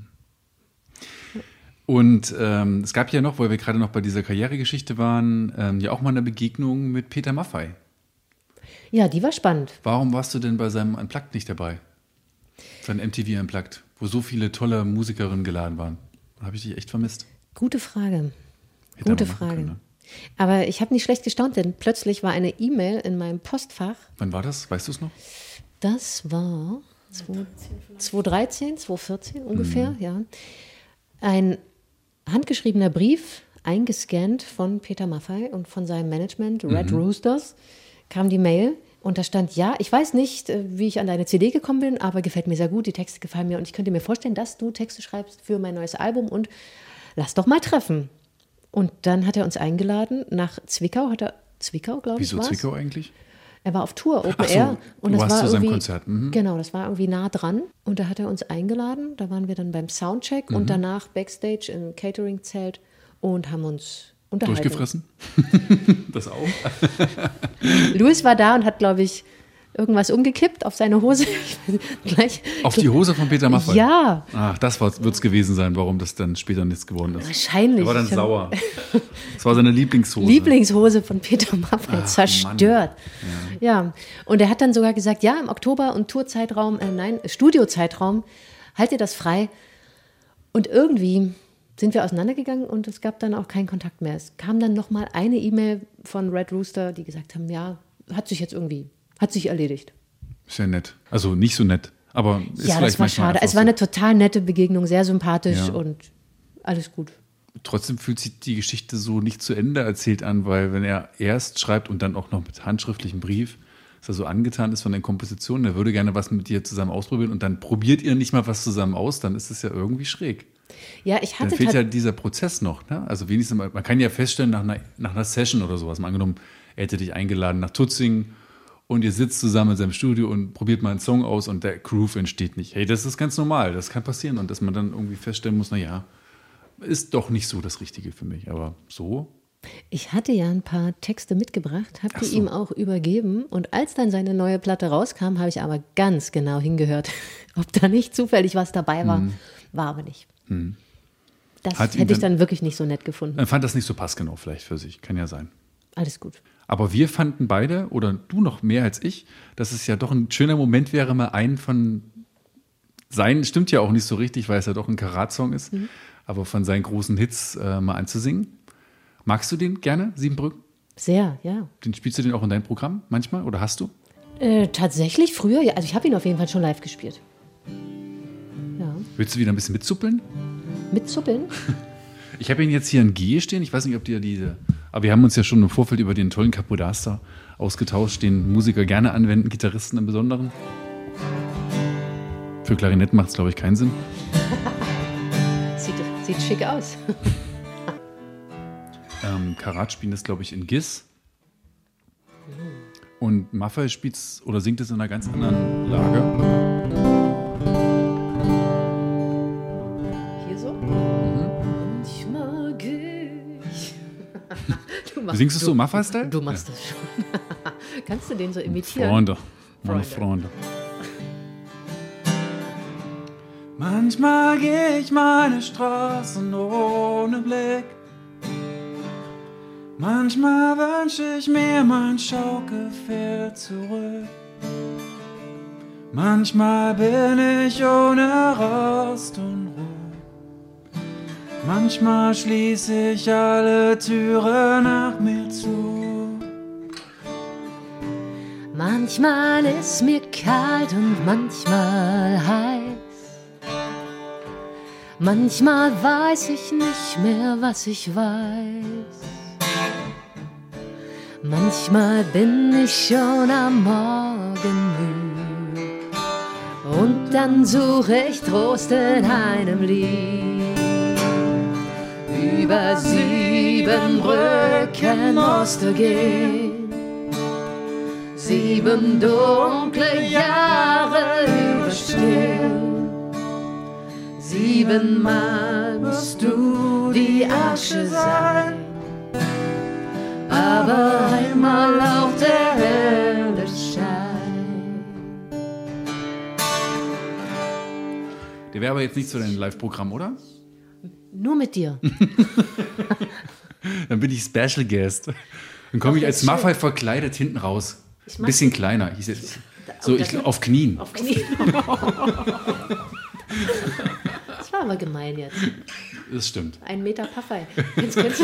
Und ähm, es gab ja noch, weil wir gerade noch bei dieser Karrieregeschichte waren, ähm, ja auch mal eine Begegnung mit Peter Maffay. Ja, die war spannend. Warum warst du denn bei seinem Unplugged nicht dabei? Sein M T V Unplugged, wo so viele tolle Musikerinnen geladen waren. Da habe ich dich echt vermisst. Gute Frage. Hätte Gute man machen Frage. können, ne? Aber ich habe nicht schlecht gestaunt, denn plötzlich war eine E-Mail in meinem Postfach. Wann war das? Weißt du es noch? Das war zwanzig dreizehn, zwanzig vierzehn ungefähr, ja. Ein handgeschriebener Brief, eingescannt von Peter Maffay und von seinem Management, Red Roosters, kam die Mail und da stand, ja, ich weiß nicht, wie ich an deine C D gekommen bin, aber gefällt mir sehr gut, die Texte gefallen mir und ich könnte mir vorstellen, dass du Texte schreibst für mein neues Album und lass doch mal treffen. Und dann hat er uns eingeladen nach Zwickau, hat er, Zwickau, glaube ich, Wieso war's? Zwickau eigentlich? Er war auf Tour, Open Ach so, Air. Und du das warst war zu seinem irgendwie, Konzert, mhm. Genau, das war irgendwie nah dran. Und da hat er uns eingeladen. Da waren wir dann beim Soundcheck Mhm. und danach Backstage im Catering-Zelt und haben uns unterhalten. Durchgefressen? Das auch? Louis war da und hat, glaube ich, irgendwas umgekippt auf seine Hose. Ich weiß, gleich. Auf die Hose von Peter Maffay? Ja. Ach, das wird es gewesen sein, warum das dann später nichts geworden ist. Wahrscheinlich. Er war dann Ich hab- sauer. Das war seine Lieblingshose. Lieblingshose von Peter Maffay, Ach, zerstört. Ja. Und er hat dann sogar gesagt, ja, im Oktober und Tourzeitraum, äh, nein, Studiozeitraum, halt dir das frei. Und irgendwie sind wir auseinandergegangen und es gab dann auch keinen Kontakt mehr. Es kam dann nochmal eine E-Mail von Red Rooster, die gesagt haben, ja, hat sich jetzt irgendwie, hat sich erledigt. Ist ja nett. Also nicht so nett, aber ist Ja, vielleicht das war manchmal schade. einfach Es war so. eine total nette Begegnung, sehr sympathisch Ja. und alles gut. trotzdem fühlt sich die Geschichte so nicht zu Ende erzählt an, weil wenn er erst schreibt und dann auch noch mit handschriftlichem Brief, dass er so angetan ist von den Kompositionen, er würde gerne was mit dir zusammen ausprobieren und dann probiert ihr nicht mal was zusammen aus, dann ist es ja irgendwie schräg. Ja, ich hatte Dann fehlt ja dieser Prozess noch. Ne? Also wenigstens, mal- man kann ja feststellen, nach einer, nach einer Session oder sowas, mal angenommen, er hätte dich eingeladen nach Tutzing und ihr sitzt zusammen in seinem Studio und probiert mal einen Song aus und der Groove entsteht nicht. Hey, das ist ganz normal, das kann passieren und dass man dann irgendwie feststellen muss, naja, ist doch nicht so das Richtige für mich, aber so. Ich hatte ja ein paar Texte mitgebracht, habe Ach die so. ihm auch übergeben. Und als dann seine neue Platte rauskam, habe ich aber ganz genau hingehört, ob da nicht zufällig was dabei war. War aber nicht. Das Hat ihn hätte ich dann- dann wirklich nicht so nett gefunden. Er fand das nicht so passgenau vielleicht für sich, kann ja sein. Alles gut. Aber wir fanden beide, oder du noch mehr als ich, dass es ja doch ein schöner Moment wäre, mal einen von seinen, stimmt ja auch nicht so richtig, weil es ja doch ein Karat-Song ist, aber von seinen großen Hits äh, mal anzusingen. Magst du den gerne, Siebenbrücken? Sehr, ja. Den spielst du den auch in deinem Programm manchmal oder hast du? Äh, tatsächlich früher, ja. Also ich habe ihn auf jeden Fall schon live gespielt. Ja. Willst du wieder ein bisschen mitzuppeln? Mit Zuppeln? Ich habe ihn jetzt hier in G stehen. Ich weiß nicht, ob dir diese. Aber wir haben uns ja schon im Vorfeld über den tollen Capodaster ausgetauscht, den Musiker gerne anwenden, Gitarristen im Besonderen. Für Klarinett macht es, glaube ich, keinen Sinn. Sieht, sieht schick aus. Ähm, Karat spielen das, glaube ich, in Gis. Und Maffei spielt es oder singt es in einer ganz anderen Lage. Hier so? Manchmal geh ich. Du machst, Singst du es so Maffei-Style? Du machst das schon. Kannst du den so imitieren? Freunde, meine Freunde. Freunde. Manchmal geh ich meine Straßen ohne Blick. Manchmal wünsche ich mir mein Schaukelpferd zurück. Manchmal bin ich ohne Rast und Ruhe. Manchmal schließe ich alle Türen nach mir zu. Manchmal ist mir kalt und manchmal heiß. Manchmal weiß ich nicht mehr, was ich weiß. Manchmal bin ich schon am Morgen müde und dann suche ich Trost in einem Lied. Über sieben Brücken musst du gehen, sieben dunkle Jahre überstehen. Siebenmal musst du die Asche sein, aber einmal auf der Hölle Schein. Der wäre aber jetzt nicht so dein Live-Programm, oder? Nur mit dir. Dann bin ich Special Guest. Dann komme ich Ach, als das ist Maffei verkleidet hinten raus. Ich Ein mach- bisschen kleiner. Ich, setz- so, ich, auf Knien. Auf Knie. Das war aber gemein jetzt. Das stimmt. Ein Meter Paffei. Jetzt kennst du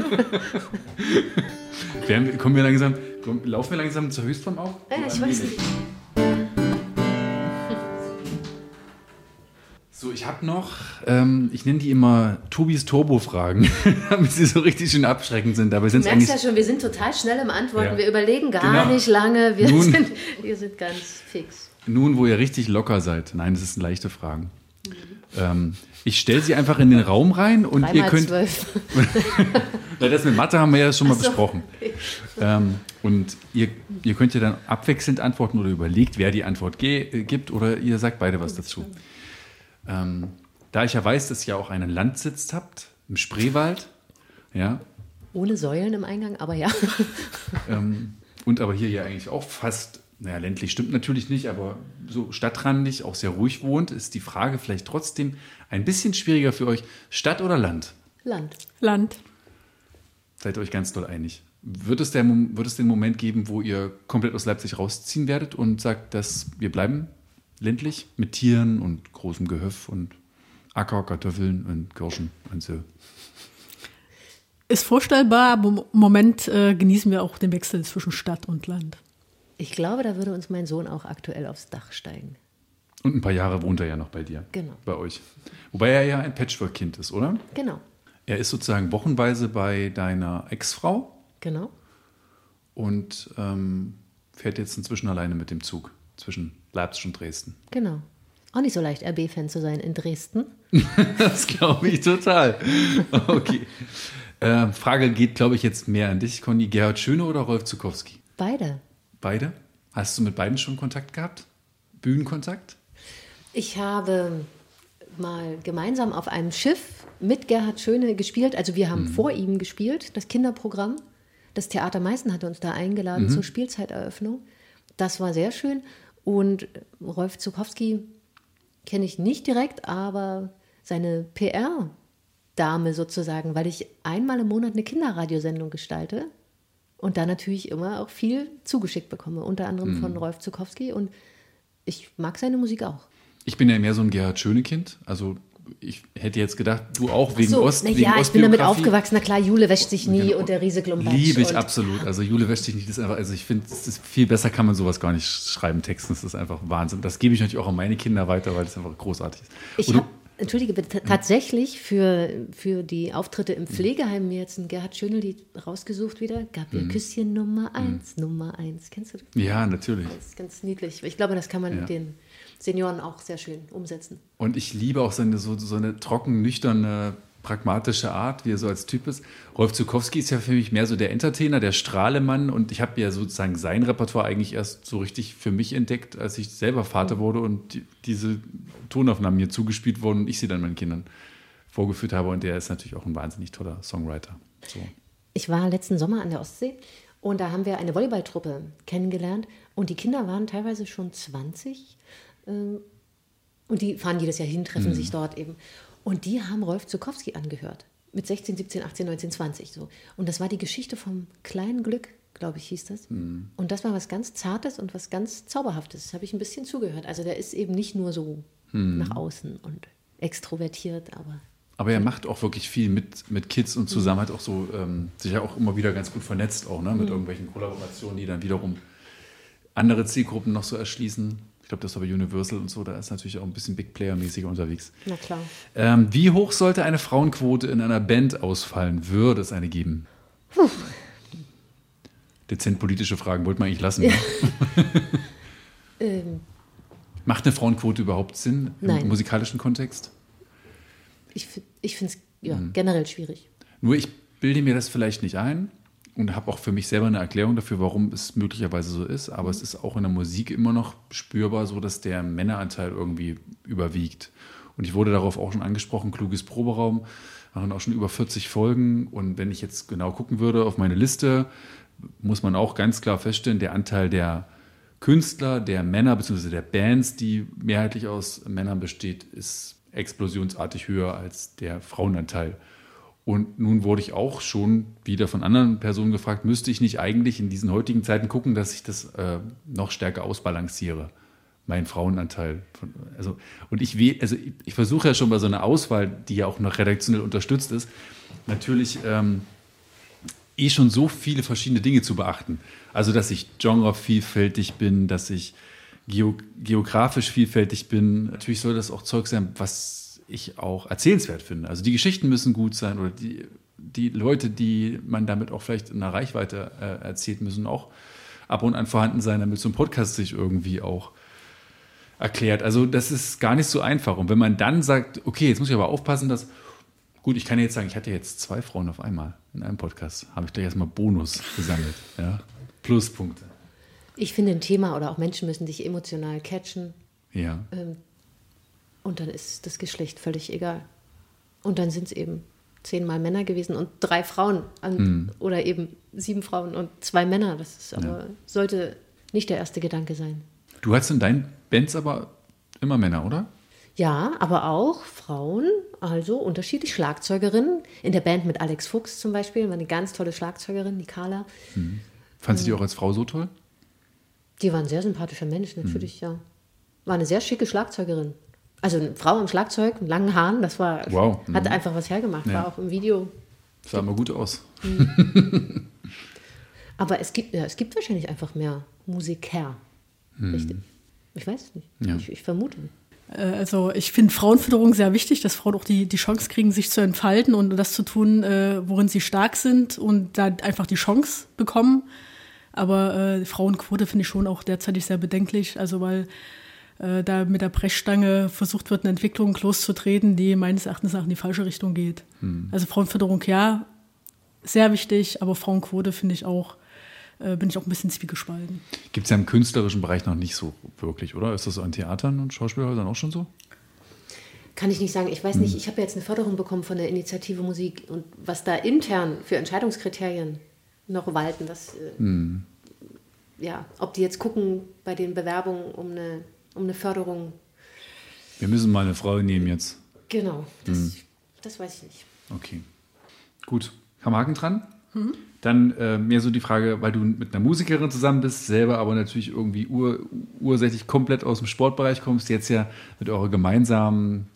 Werden, kommen wir langsam, kommen, laufen wir langsam zur Höchstform auf? Ja, ich Oder weiß nee? nicht. So, ich habe noch, ähm, ich nenne die immer Tobis Turbo-Fragen, damit sie so richtig schön abschreckend sind. Dabei sind Du es merkst eigentlich ja schon, wir sind total schnell im Antworten. Ja. Wir überlegen gar Genau. nicht lange. Wir Nun- sind, wir sind ganz fix. nun, wo ihr richtig locker seid. Nein, das sind leichte Fragen. Ähm, ich stelle sie einfach in den Raum rein und Drei ihr mal könnt. zwölf. Na, das mit Mathe haben wir ja schon mal Ach so. besprochen. Ähm, und ihr, ihr könnt ja dann abwechselnd antworten oder überlegt, wer die Antwort ge äh, gibt oder ihr sagt beide was dazu. Ähm, da ich ja weiß, dass ihr auch einen Landsitz habt, im Spreewald, ja, Ohne Säulen im Eingang, aber ja. ähm, und aber hier ja eigentlich auch fast, naja, ländlich stimmt natürlich nicht, aber so stadtrandig, auch sehr ruhig wohnt, ist die Frage vielleicht trotzdem ein bisschen schwieriger für euch, Stadt oder Land? Land. Land. Seid ihr euch ganz doll einig? Wird es, der, Mom- wird es den Moment geben, wo ihr komplett aus Leipzig rausziehen werdet und sagt, dass wir bleiben ländlich mit Tieren und großem Gehöft und Acker, Kartoffeln und Kirschen und so? Ist vorstellbar, aber im Moment äh, genießen wir auch den Wechsel zwischen Stadt und Land. Ich glaube, da würde uns mein Sohn auch aktuell aufs Dach steigen. Und ein paar Jahre wohnt er ja noch bei dir. Genau. Bei euch. Wobei er ja ein Patchwork-Kind ist, oder? Genau. Er ist sozusagen wochenweise bei deiner Ex-Frau Genau. und ähm, fährt jetzt inzwischen alleine mit dem Zug zwischen Leipzig und Dresden. Genau. Auch nicht so leicht, R B-Fan zu sein in Dresden. Das glaube ich total. Okay. Äh, Frage geht, glaube ich, jetzt mehr an dich, Conny. Gerhard Schöne oder Rolf Zuckowski? Beide. Beide? Hast du mit beiden schon Kontakt gehabt? Bühnenkontakt? Ich habe mal gemeinsam auf einem Schiff mit Gerhard Schöne gespielt. Also wir haben mhm. vor ihm gespielt, das Kinderprogramm. Das Theater Meißen hatte uns da eingeladen mhm. zur Spielzeiteröffnung. Das war sehr schön. Und Rolf Zuckowski kenne ich nicht direkt, aber seine P R-Dame sozusagen, weil ich einmal im Monat eine Kinderradiosendung gestalte und da natürlich immer auch viel zugeschickt bekomme, unter anderem mhm. von Rolf Zuckowski, und ich mag seine Musik auch. Ich bin ja mehr so ein Gerhard Schöne-Kind, also ich hätte jetzt gedacht, du auch wegen so, Ost. na wegen ja, ich bin damit aufgewachsen. Na klar, Jule wäscht sich nie genau. und der Riese Glumbatsch. Liebe ich absolut. Also Jule wäscht sich nicht. Das ist einfach, also ich finde, es ist viel besser, kann man sowas gar nicht schreiben, texten. Das ist einfach Wahnsinn. Das gebe ich natürlich auch an meine Kinder weiter, weil das einfach großartig ist. Ich habe, entschuldige bitte, tatsächlich für, für die Auftritte im Pflegeheim mir jetzt ein Gerhard Schöne-Lied rausgesucht wieder. Gab ihr mhm. Küsschen Nummer eins, mhm. Nummer eins. Kennst du das? Ja, natürlich. Das ist ganz niedlich. Ich glaube, das kann man ja. mit den Senioren auch sehr schön umsetzen. Und ich liebe auch seine, so, so eine trocken, nüchterne, pragmatische Art, wie er so als Typ ist. Rolf Zuckowski ist ja für mich mehr so der Entertainer, der Strahlemann, und ich habe ja sozusagen sein Repertoire eigentlich erst so richtig für mich entdeckt, als ich selber Vater mhm. wurde und die, diese Tonaufnahmen mir zugespielt wurden und ich sie dann meinen Kindern vorgeführt habe, und der ist natürlich auch ein wahnsinnig toller Songwriter. So. Ich war letzten Sommer an der Ostsee und da haben wir eine Volleyballtruppe kennengelernt und die Kinder waren teilweise schon zwanzig. Und die fahren jedes Jahr hin, treffen mhm. sich dort eben. Und die haben Rolf Zuckowski angehört. Mit sechzehn, siebzehn, achtzehn, neunzehn, zwanzig. So. Und das war die Geschichte vom kleinen Glück, glaube ich, hieß das. Mhm. Und das war was ganz Zartes und was ganz Zauberhaftes. Das habe ich ein bisschen zugehört. Also der ist eben nicht nur so mhm. nach außen und extrovertiert, aber... Aber er macht auch wirklich viel mit, mit Kids und zusammen hat auch so ähm, sich ja auch immer wieder ganz gut vernetzt, auch ne, mit mhm. irgendwelchen Kollaborationen, die dann wiederum andere Zielgruppen noch so erschließen. Ich glaube, das war bei Universal und so, da ist natürlich auch ein bisschen Big Player-mäßiger unterwegs. Na klar. Ähm, wie hoch sollte eine Frauenquote in einer Band ausfallen? Würde es eine geben? Puh. Dezent politische Fragen wollte man eigentlich lassen. Ja. Ne? ähm. Macht eine Frauenquote überhaupt Sinn im Nein. musikalischen Kontext? Ich, ich finde es ja, mhm. generell schwierig. Nur ich bilde mir das vielleicht nicht ein. Und habe auch für mich selber eine Erklärung dafür, warum es möglicherweise so ist. Aber mhm. es ist auch in der Musik immer noch spürbar so, dass der Männeranteil irgendwie überwiegt. Und ich wurde darauf auch schon angesprochen, kluges Proberaum, machen auch schon über vierzig Folgen. Und wenn ich jetzt genau gucken würde auf meine Liste, muss man auch ganz klar feststellen, der Anteil der Künstler, der Männer bzw. der Bands, die mehrheitlich aus Männern besteht, ist explosionsartig höher als der Frauenanteil. Und nun wurde ich auch schon wieder von anderen Personen gefragt, müsste ich nicht eigentlich in diesen heutigen Zeiten gucken, dass ich das äh, noch stärker ausbalanciere, meinen Frauenanteil. Von, also, und ich, we, also ich, ich versuche ja schon bei so einer Auswahl, die ja auch noch redaktionell unterstützt ist, natürlich ähm, eh schon so viele verschiedene Dinge zu beachten. Also, dass ich genrevielfältig bin, dass ich geo, geografisch vielfältig bin. Natürlich soll das auch Zeug sein, was ich auch erzählenswert finde. Also die Geschichten müssen gut sein oder die, die Leute, die man damit auch vielleicht in einer Reichweite äh, erzählt, müssen auch ab und an vorhanden sein, damit so ein Podcast sich irgendwie auch erklärt. Also das ist gar nicht so einfach. Und wenn man dann sagt, okay, jetzt muss ich aber aufpassen, dass, gut, ich kann jetzt sagen, ich hatte jetzt zwei Frauen auf einmal in einem Podcast, habe ich gleich erstmal Bonus gesammelt. Ja? Pluspunkte. Ich finde ein Thema oder auch Menschen müssen dich emotional catchen. Ja. Ähm, Und dann ist das Geschlecht völlig egal. Und dann sind es eben zehnmal Männer gewesen und drei Frauen an, mhm. oder eben sieben Frauen und zwei Männer. Das ist aber, ja. sollte nicht der erste Gedanke sein. Du hattest in deinen Bands aber immer Männer, oder? Ja, aber auch Frauen, also unterschiedlich. Schlagzeugerinnen. In der Band mit Alex Fuchs zum Beispiel, war eine ganz tolle Schlagzeugerin, die Carla. Mhm. Fandst du die auch als Frau so toll? Die war ein sehr sympathischer Mensch, natürlich, mhm. ja. War eine sehr schicke Schlagzeugerin. Also eine Frau am Schlagzeug, mit langen Haaren, das war, wow. hat mhm. einfach was hergemacht, ja. war auch im Video. Sah immer gut aus. Mhm. Aber es gibt, ja, es gibt wahrscheinlich einfach mehr Musiker, mhm. richtig? Ich weiß es nicht, ja. ich, ich vermute. Also ich finde Frauenförderung sehr wichtig, dass Frauen auch die, die Chance kriegen, sich zu entfalten und das zu tun, äh, worin sie stark sind und da einfach die Chance bekommen. Aber äh, Frauenquote finde ich schon auch derzeitig sehr bedenklich, also weil äh, da mit der Brechstange versucht wird, eine Entwicklung loszutreten, die meines Erachtens nach in die falsche Richtung geht. Hm. Also Frauenförderung, ja, sehr wichtig, aber Frauenquote finde ich auch, äh, bin ich auch ein bisschen zwiegespalten. Gibt es ja im künstlerischen Bereich noch nicht so wirklich, oder? Ist das so an Theatern und Schauspielhäusern auch schon so? Kann ich nicht sagen. Ich weiß nicht, ich habe jetzt eine Förderung bekommen von der Initiative Musik und was da intern für Entscheidungskriterien noch walten, das, äh, hm. ja, ob die jetzt gucken bei den Bewerbungen um eine, um eine Förderung. Wir müssen mal eine Frau nehmen jetzt. Genau, das, hm. das weiß ich nicht. Okay, gut. Haben wir Haken dran? Mhm. Dann äh, mehr so die Frage, weil du mit einer Musikerin zusammen bist, selber aber natürlich irgendwie ur, ursächlich komplett aus dem Sportbereich kommst, jetzt ja mit eurer gemeinsamen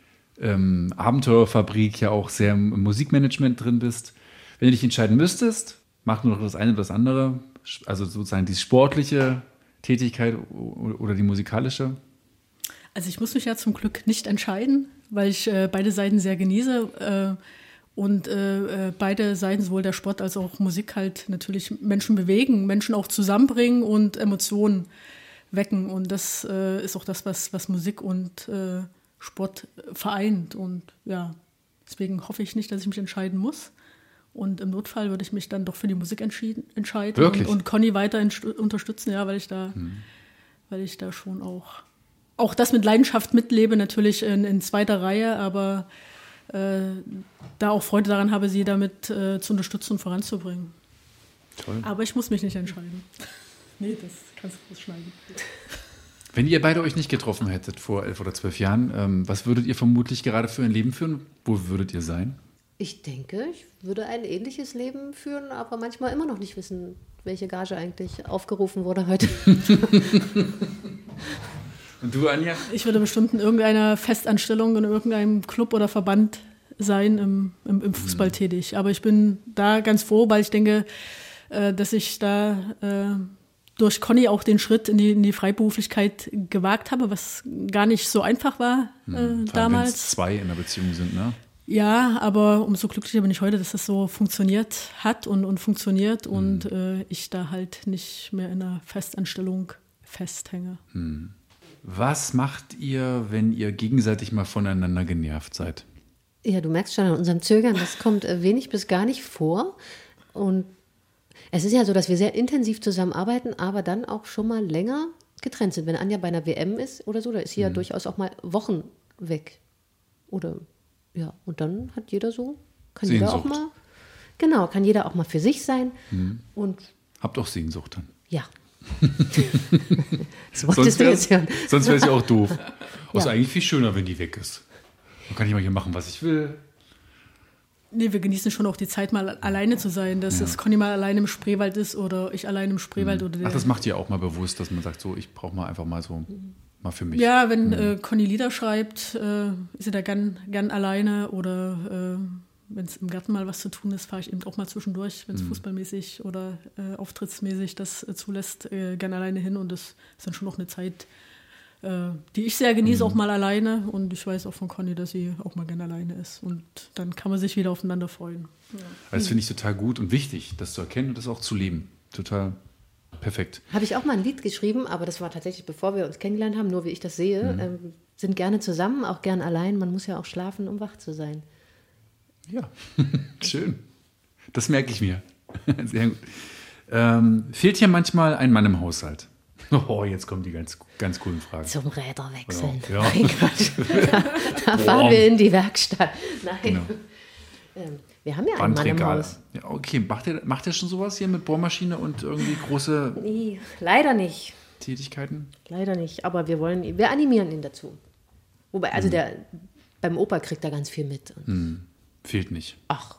ähm, Abenteuerfabrik ja auch sehr im Musikmanagement drin bist. Wenn du dich entscheiden müsstest, mach nur noch das eine oder das andere, also sozusagen die sportliche Tätigkeit oder die musikalische? Also ich muss mich ja zum Glück nicht entscheiden, weil ich äh, beide Seiten sehr genieße. Äh, Und äh, beide Seiten, sowohl der Sport als auch Musik, halt natürlich Menschen bewegen, Menschen auch zusammenbringen und Emotionen wecken. Und das äh, ist auch das, was, was Musik und äh, Sport vereint. Und ja, deswegen hoffe ich nicht, dass ich mich entscheiden muss. Und im Notfall würde ich mich dann doch für die Musik entschieden, entscheiden. Wirklich? Und, und Conny weiter in, unterstützen, ja, weil ich da, hm. weil ich da schon auch, auch das mit Leidenschaft mitlebe, natürlich in, in zweiter Reihe, aber Äh, da auch Freude daran habe, sie damit äh, zu unterstützen und voranzubringen. Toll. Aber ich muss mich nicht entscheiden. Nee, das kannst du rausschneiden. Wenn ihr beide euch nicht getroffen hättet vor elf oder zwölf Jahren, ähm, was würdet ihr vermutlich gerade für ein Leben führen? Wo würdet ihr sein? Ich denke, ich würde ein ähnliches Leben führen, aber manchmal immer noch nicht wissen, welche Gage eigentlich aufgerufen wurde heute. Und du, Anja? Ich würde bestimmt in irgendeiner Festanstellung in irgendeinem Club oder Verband sein, im, im, im Fußball mhm. tätig. Aber ich bin da ganz froh, weil ich denke, äh, dass ich da äh, durch Conny auch den Schritt in die, in die Freiberuflichkeit gewagt habe, was gar nicht so einfach war äh, mhm. damals. Wenn es zwei in der Beziehung sind, ne? Ja, aber umso glücklicher bin ich heute, dass das so funktioniert hat und, und funktioniert mhm. und äh, ich da halt nicht mehr in einer Festanstellung festhänge. Mhm. Was macht ihr, wenn ihr gegenseitig mal voneinander genervt seid? Ja, du merkst schon an unserem Zögern, das kommt wenig bis gar nicht vor. Und es ist ja so, dass wir sehr intensiv zusammenarbeiten, aber dann auch schon mal länger getrennt sind. Wenn Anja bei einer W M ist oder so, da ist sie mhm. ja durchaus auch mal Wochen weg. Oder, ja, und dann hat jeder so, kann Sehnsucht. jeder auch mal, genau, kann jeder auch mal für sich sein. Mhm. Und habt auch Sehnsucht dann? Ja. Das wolltest du jetzt hören. Sonst wäre es ja auch doof. Ja. Ist eigentlich viel schöner, wenn die weg ist. Dann kann ich mal hier machen, was ich will. Nee, wir genießen schon auch die Zeit, mal alleine zu sein. Dass ja. es Conny mal alleine im Spreewald ist oder ich alleine im Spreewald. Mhm. Oder der Ach, das macht ihr auch mal bewusst, dass man sagt, so, ich brauche mal einfach mal so, mal für mich. Ja, wenn mhm. äh, Conny Lieder schreibt, äh, ist sie da gern, gern alleine. Oder äh, wenn es im Garten mal was zu tun ist, fahre ich eben auch mal zwischendurch, wenn es mhm. fußballmäßig oder äh, auftrittsmäßig das äh, zulässt, äh, gern alleine hin. Und das ist dann schon noch eine Zeit, äh, die ich sehr genieße, mhm. auch mal alleine. Und ich weiß auch von Conny, dass sie auch mal gern alleine ist. Und dann kann man sich wieder aufeinander freuen. Ja. Das finde ich total gut und wichtig, das zu erkennen und das auch zu leben. Total perfekt. Habe ich auch mal ein Lied geschrieben, aber das war tatsächlich, bevor wir uns kennengelernt haben, nur wie ich das sehe. Mhm. Ähm, sind gerne zusammen, auch gern allein. Man muss ja auch schlafen, um wach zu sein. Ja, schön. Das merke ich mir. Sehr gut. Ähm, fehlt hier manchmal ein Mann im Haushalt? Oh, jetzt kommen die ganz, ganz coolen Fragen. Zum Räderwechseln. Ja. Mein Gott. Da, da fahren wir in die Werkstatt. Nein. Genau. Ähm, wir haben ja einen Mann im Haus. Ja, okay, macht ihr, macht ihr schon sowas hier mit Bohrmaschine und irgendwie große nee, leider nicht. Tätigkeiten? Leider nicht, aber wir wollen, wir animieren ihn dazu. Wobei, also hm. der beim Opa kriegt er ganz viel mit. Hm. Fehlt nicht. Ach.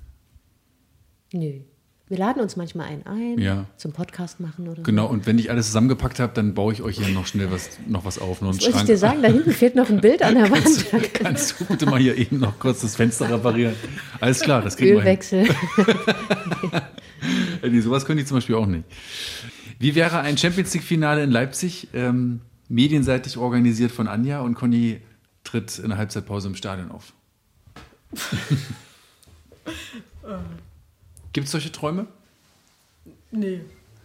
Nö. Wir laden uns manchmal einen ein, ja. zum Podcast machen oder so. Genau, und wenn ich alles zusammengepackt habe, dann baue ich euch hier noch schnell was, noch was auf. Noch das wollte ich dir sagen, da hinten fehlt noch ein Bild an der kannst, Wand. Kannst du bitte mal hier eben noch kurz das Fenster reparieren? Alles klar, das kriegen Ölwechsel. wir hin. Nee, sowas können die zum Beispiel auch nicht. Wie wäre ein Champions League-Finale in Leipzig ähm, medienseitig organisiert von Anja und Conny tritt in der Halbzeitpause im Stadion auf. Gibt es solche Träume? Nee.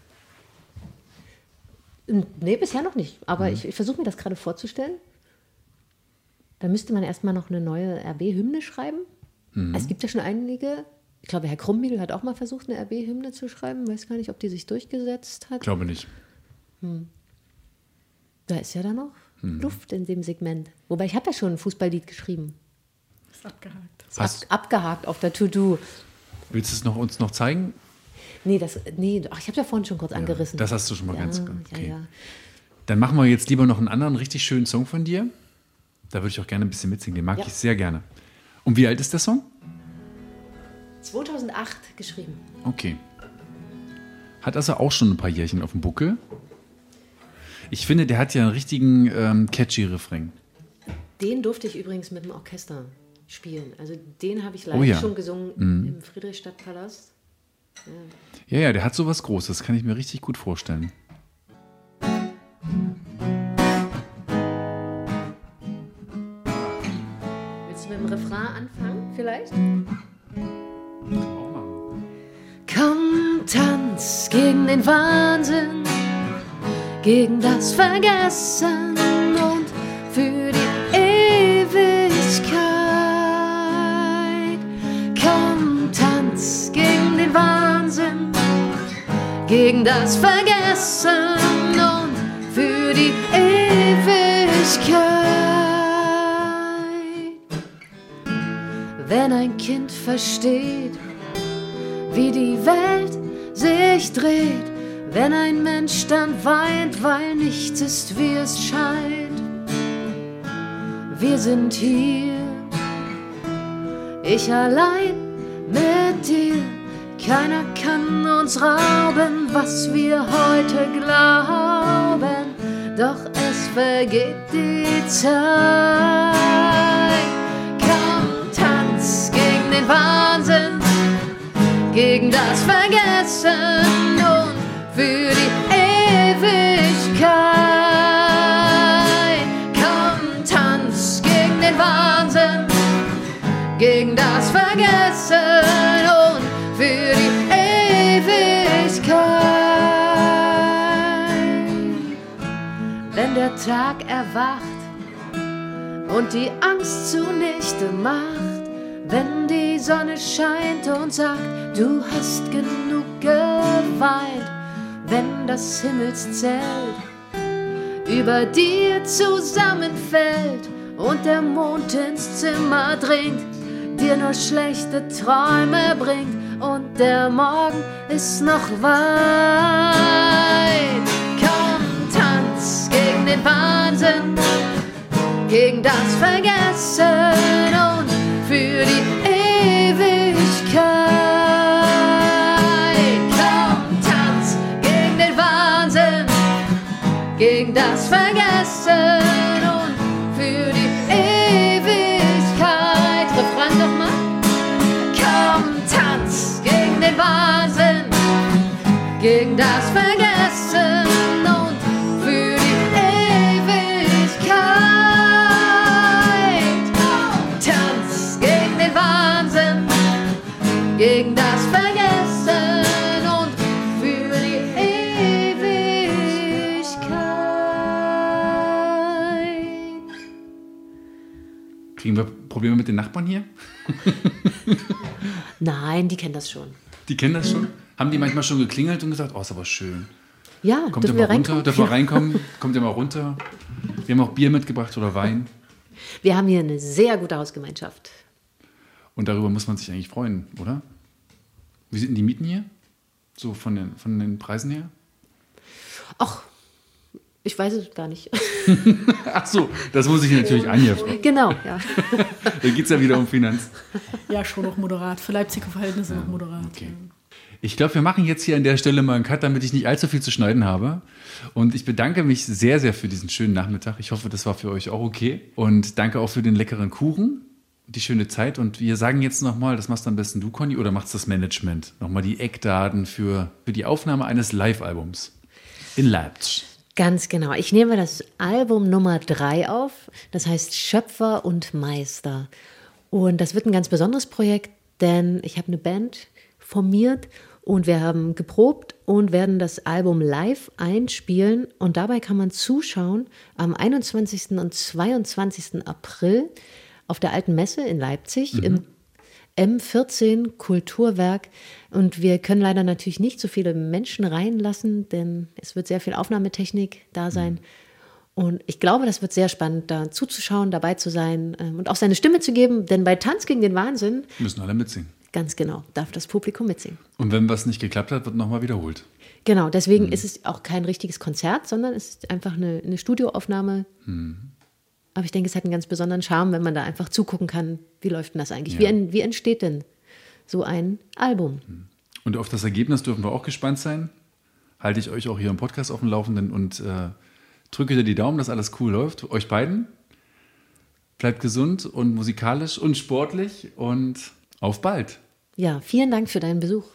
Nee, bisher noch nicht. Aber mhm. ich, ich versuche mir das gerade vorzustellen. Da müsste man erstmal noch eine neue R B-Hymne schreiben. Mhm. Es gibt ja schon einige. Ich glaube, Herr Krumbiegel hat auch mal versucht, eine R B-Hymne zu schreiben. Weiß gar nicht, ob die sich durchgesetzt hat. Glaube nicht. Hm. Da ist ja dann noch hm. Luft in dem Segment. Wobei, ich habe ja schon ein Fußballlied geschrieben. Ist abgehakt. Ist ab, abgehakt auf der To-Do. Willst du es noch, uns noch zeigen? Nee, das, nee ach, ich habe ja vorhin schon kurz ja, angerissen. Das hast du schon mal ja, ganz gut. Okay. Ja, ja. Dann machen wir jetzt lieber noch einen anderen richtig schönen Song von dir. Da würde ich auch gerne ein bisschen mitsingen. Den mag ja. ich sehr gerne. Und wie alt ist der Song? zweitausendacht geschrieben. Okay. Hat also auch schon ein paar Jährchen auf dem Buckel. Ich finde, der hat ja einen richtigen ähm, catchy Refrain. Den durfte ich übrigens mit dem Orchester spielen. Also den habe ich live oh ja. schon gesungen mhm. im Friedrichstadtpalast. Ja. ja, ja, der hat sowas Großes. Das kann ich mir richtig gut vorstellen. Willst du mit dem Refrain anfangen vielleicht? Komm, tanz gegen den Wahnsinn, gegen das Vergessen und für die Ewigkeit. Komm, tanz gegen den Wahnsinn, gegen das Vergessen und für die Ewigkeit. Wenn ein Kind versteht, wie die Welt sich dreht, wenn ein Mensch dann weint, weil nichts ist, wie es scheint. Wir sind hier, ich allein mit dir. Keiner kann uns rauben, was wir heute glauben. Doch es vergeht die Zeit. Komm, tanz gegen den Wahnsinn, gegen das Vergessen und für die Ewigkeit. Komm, tanz gegen den Wahnsinn, gegen das Vergessen und für die Ewigkeit. Wenn der Tag erwacht und die Angst zunichte macht, wenn die Sonne scheint und sagt, du hast genug geweint, wenn das Himmelszelt über dir zusammenfällt und der Mond ins Zimmer dringt, dir nur schlechte Träume bringt und der Morgen ist noch weit. Komm, tanz gegen den Wahnsinn, gegen das Vergessen und für die Ewigkeit. Komm, tanz gegen den Wahnsinn, gegen das Vergessen und für die Ewigkeit. Refrain doch mal. Komm, tanz gegen den Wahnsinn, gegen das Vergessen und für die Ewigkeit. Tanz gegen den Wahnsinn, gegen das Vergessen und für die Ewigkeit. Kriegen wir Probleme mit den Nachbarn hier? Nein, die kennen das schon. Die kennen das schon? Haben die manchmal schon geklingelt und gesagt, oh, ist aber schön. Ja, kommt ihr mal runter? Dürfen wir reinkommen? Kommt ihr mal runter? Wir haben auch Bier mitgebracht oder Wein. Wir haben hier eine sehr gute Hausgemeinschaft. Und darüber muss man sich eigentlich freuen, oder? Wie sind denn die Mieten hier? So von den, von den Preisen her? Ach, ich weiß es gar nicht. Ach so, das muss ich natürlich Anja fragen. Genau, ja. Da geht es ja wieder um Finanz. Ja, schon noch moderat. Für Leipziger Verhältnisse ja, noch moderat. Okay. Ich glaube, wir machen jetzt hier an der Stelle mal einen Cut, damit ich nicht allzu viel zu schneiden habe. Und ich bedanke mich sehr, sehr für diesen schönen Nachmittag. Ich hoffe, das war für euch auch okay. Und danke auch für den leckeren Kuchen, die schöne Zeit. Und wir sagen jetzt nochmal, das machst du am besten du, Conny, oder machst das Management? Nochmal die Eckdaten für, für die Aufnahme eines Live-Albums in Leipzig. Ganz genau. Ich nehme das Album Nummer drei auf. Das heißt Schöpfer und Meister. Und das wird ein ganz besonderes Projekt, denn ich habe eine Band formiert und wir haben geprobt und werden das Album live einspielen. Und dabei kann man zuschauen am einundzwanzigsten und zweiundzwanzigsten April auf der Alten Messe in Leipzig mhm. im M vierzehn Kulturwerk. Und wir können leider natürlich nicht so viele Menschen reinlassen, denn es wird sehr viel Aufnahmetechnik da sein. Mhm. Und ich glaube, das wird sehr spannend, da zuzuschauen, dabei zu sein und auch seine Stimme zu geben. Denn bei Tanz gegen den Wahnsinn müssen alle mitsingen. Ganz genau, darf das Publikum mitsingen. Und wenn was nicht geklappt hat, wird nochmal wiederholt. Genau, deswegen mhm. ist es auch kein richtiges Konzert, sondern es ist einfach eine, eine Studioaufnahme. Mhm. Aber ich denke, es hat einen ganz besonderen Charme, wenn man da einfach zugucken kann, wie läuft denn das eigentlich? Ja. Wie, wie entsteht denn so ein Album? Und auf das Ergebnis dürfen wir auch gespannt sein. Halte ich euch auch hier im Podcast auf dem Laufenden und äh, drücke dir die Daumen, dass alles cool läuft. Euch beiden. Bleibt gesund und musikalisch und sportlich und auf bald. Ja, vielen Dank für deinen Besuch.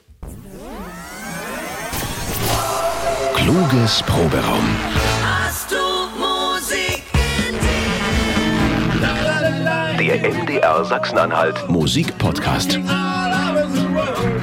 Kluges Proberaum. Hast du Musik in dir? Der M D R Sachsen-Anhalt Musikpodcast. All over the world.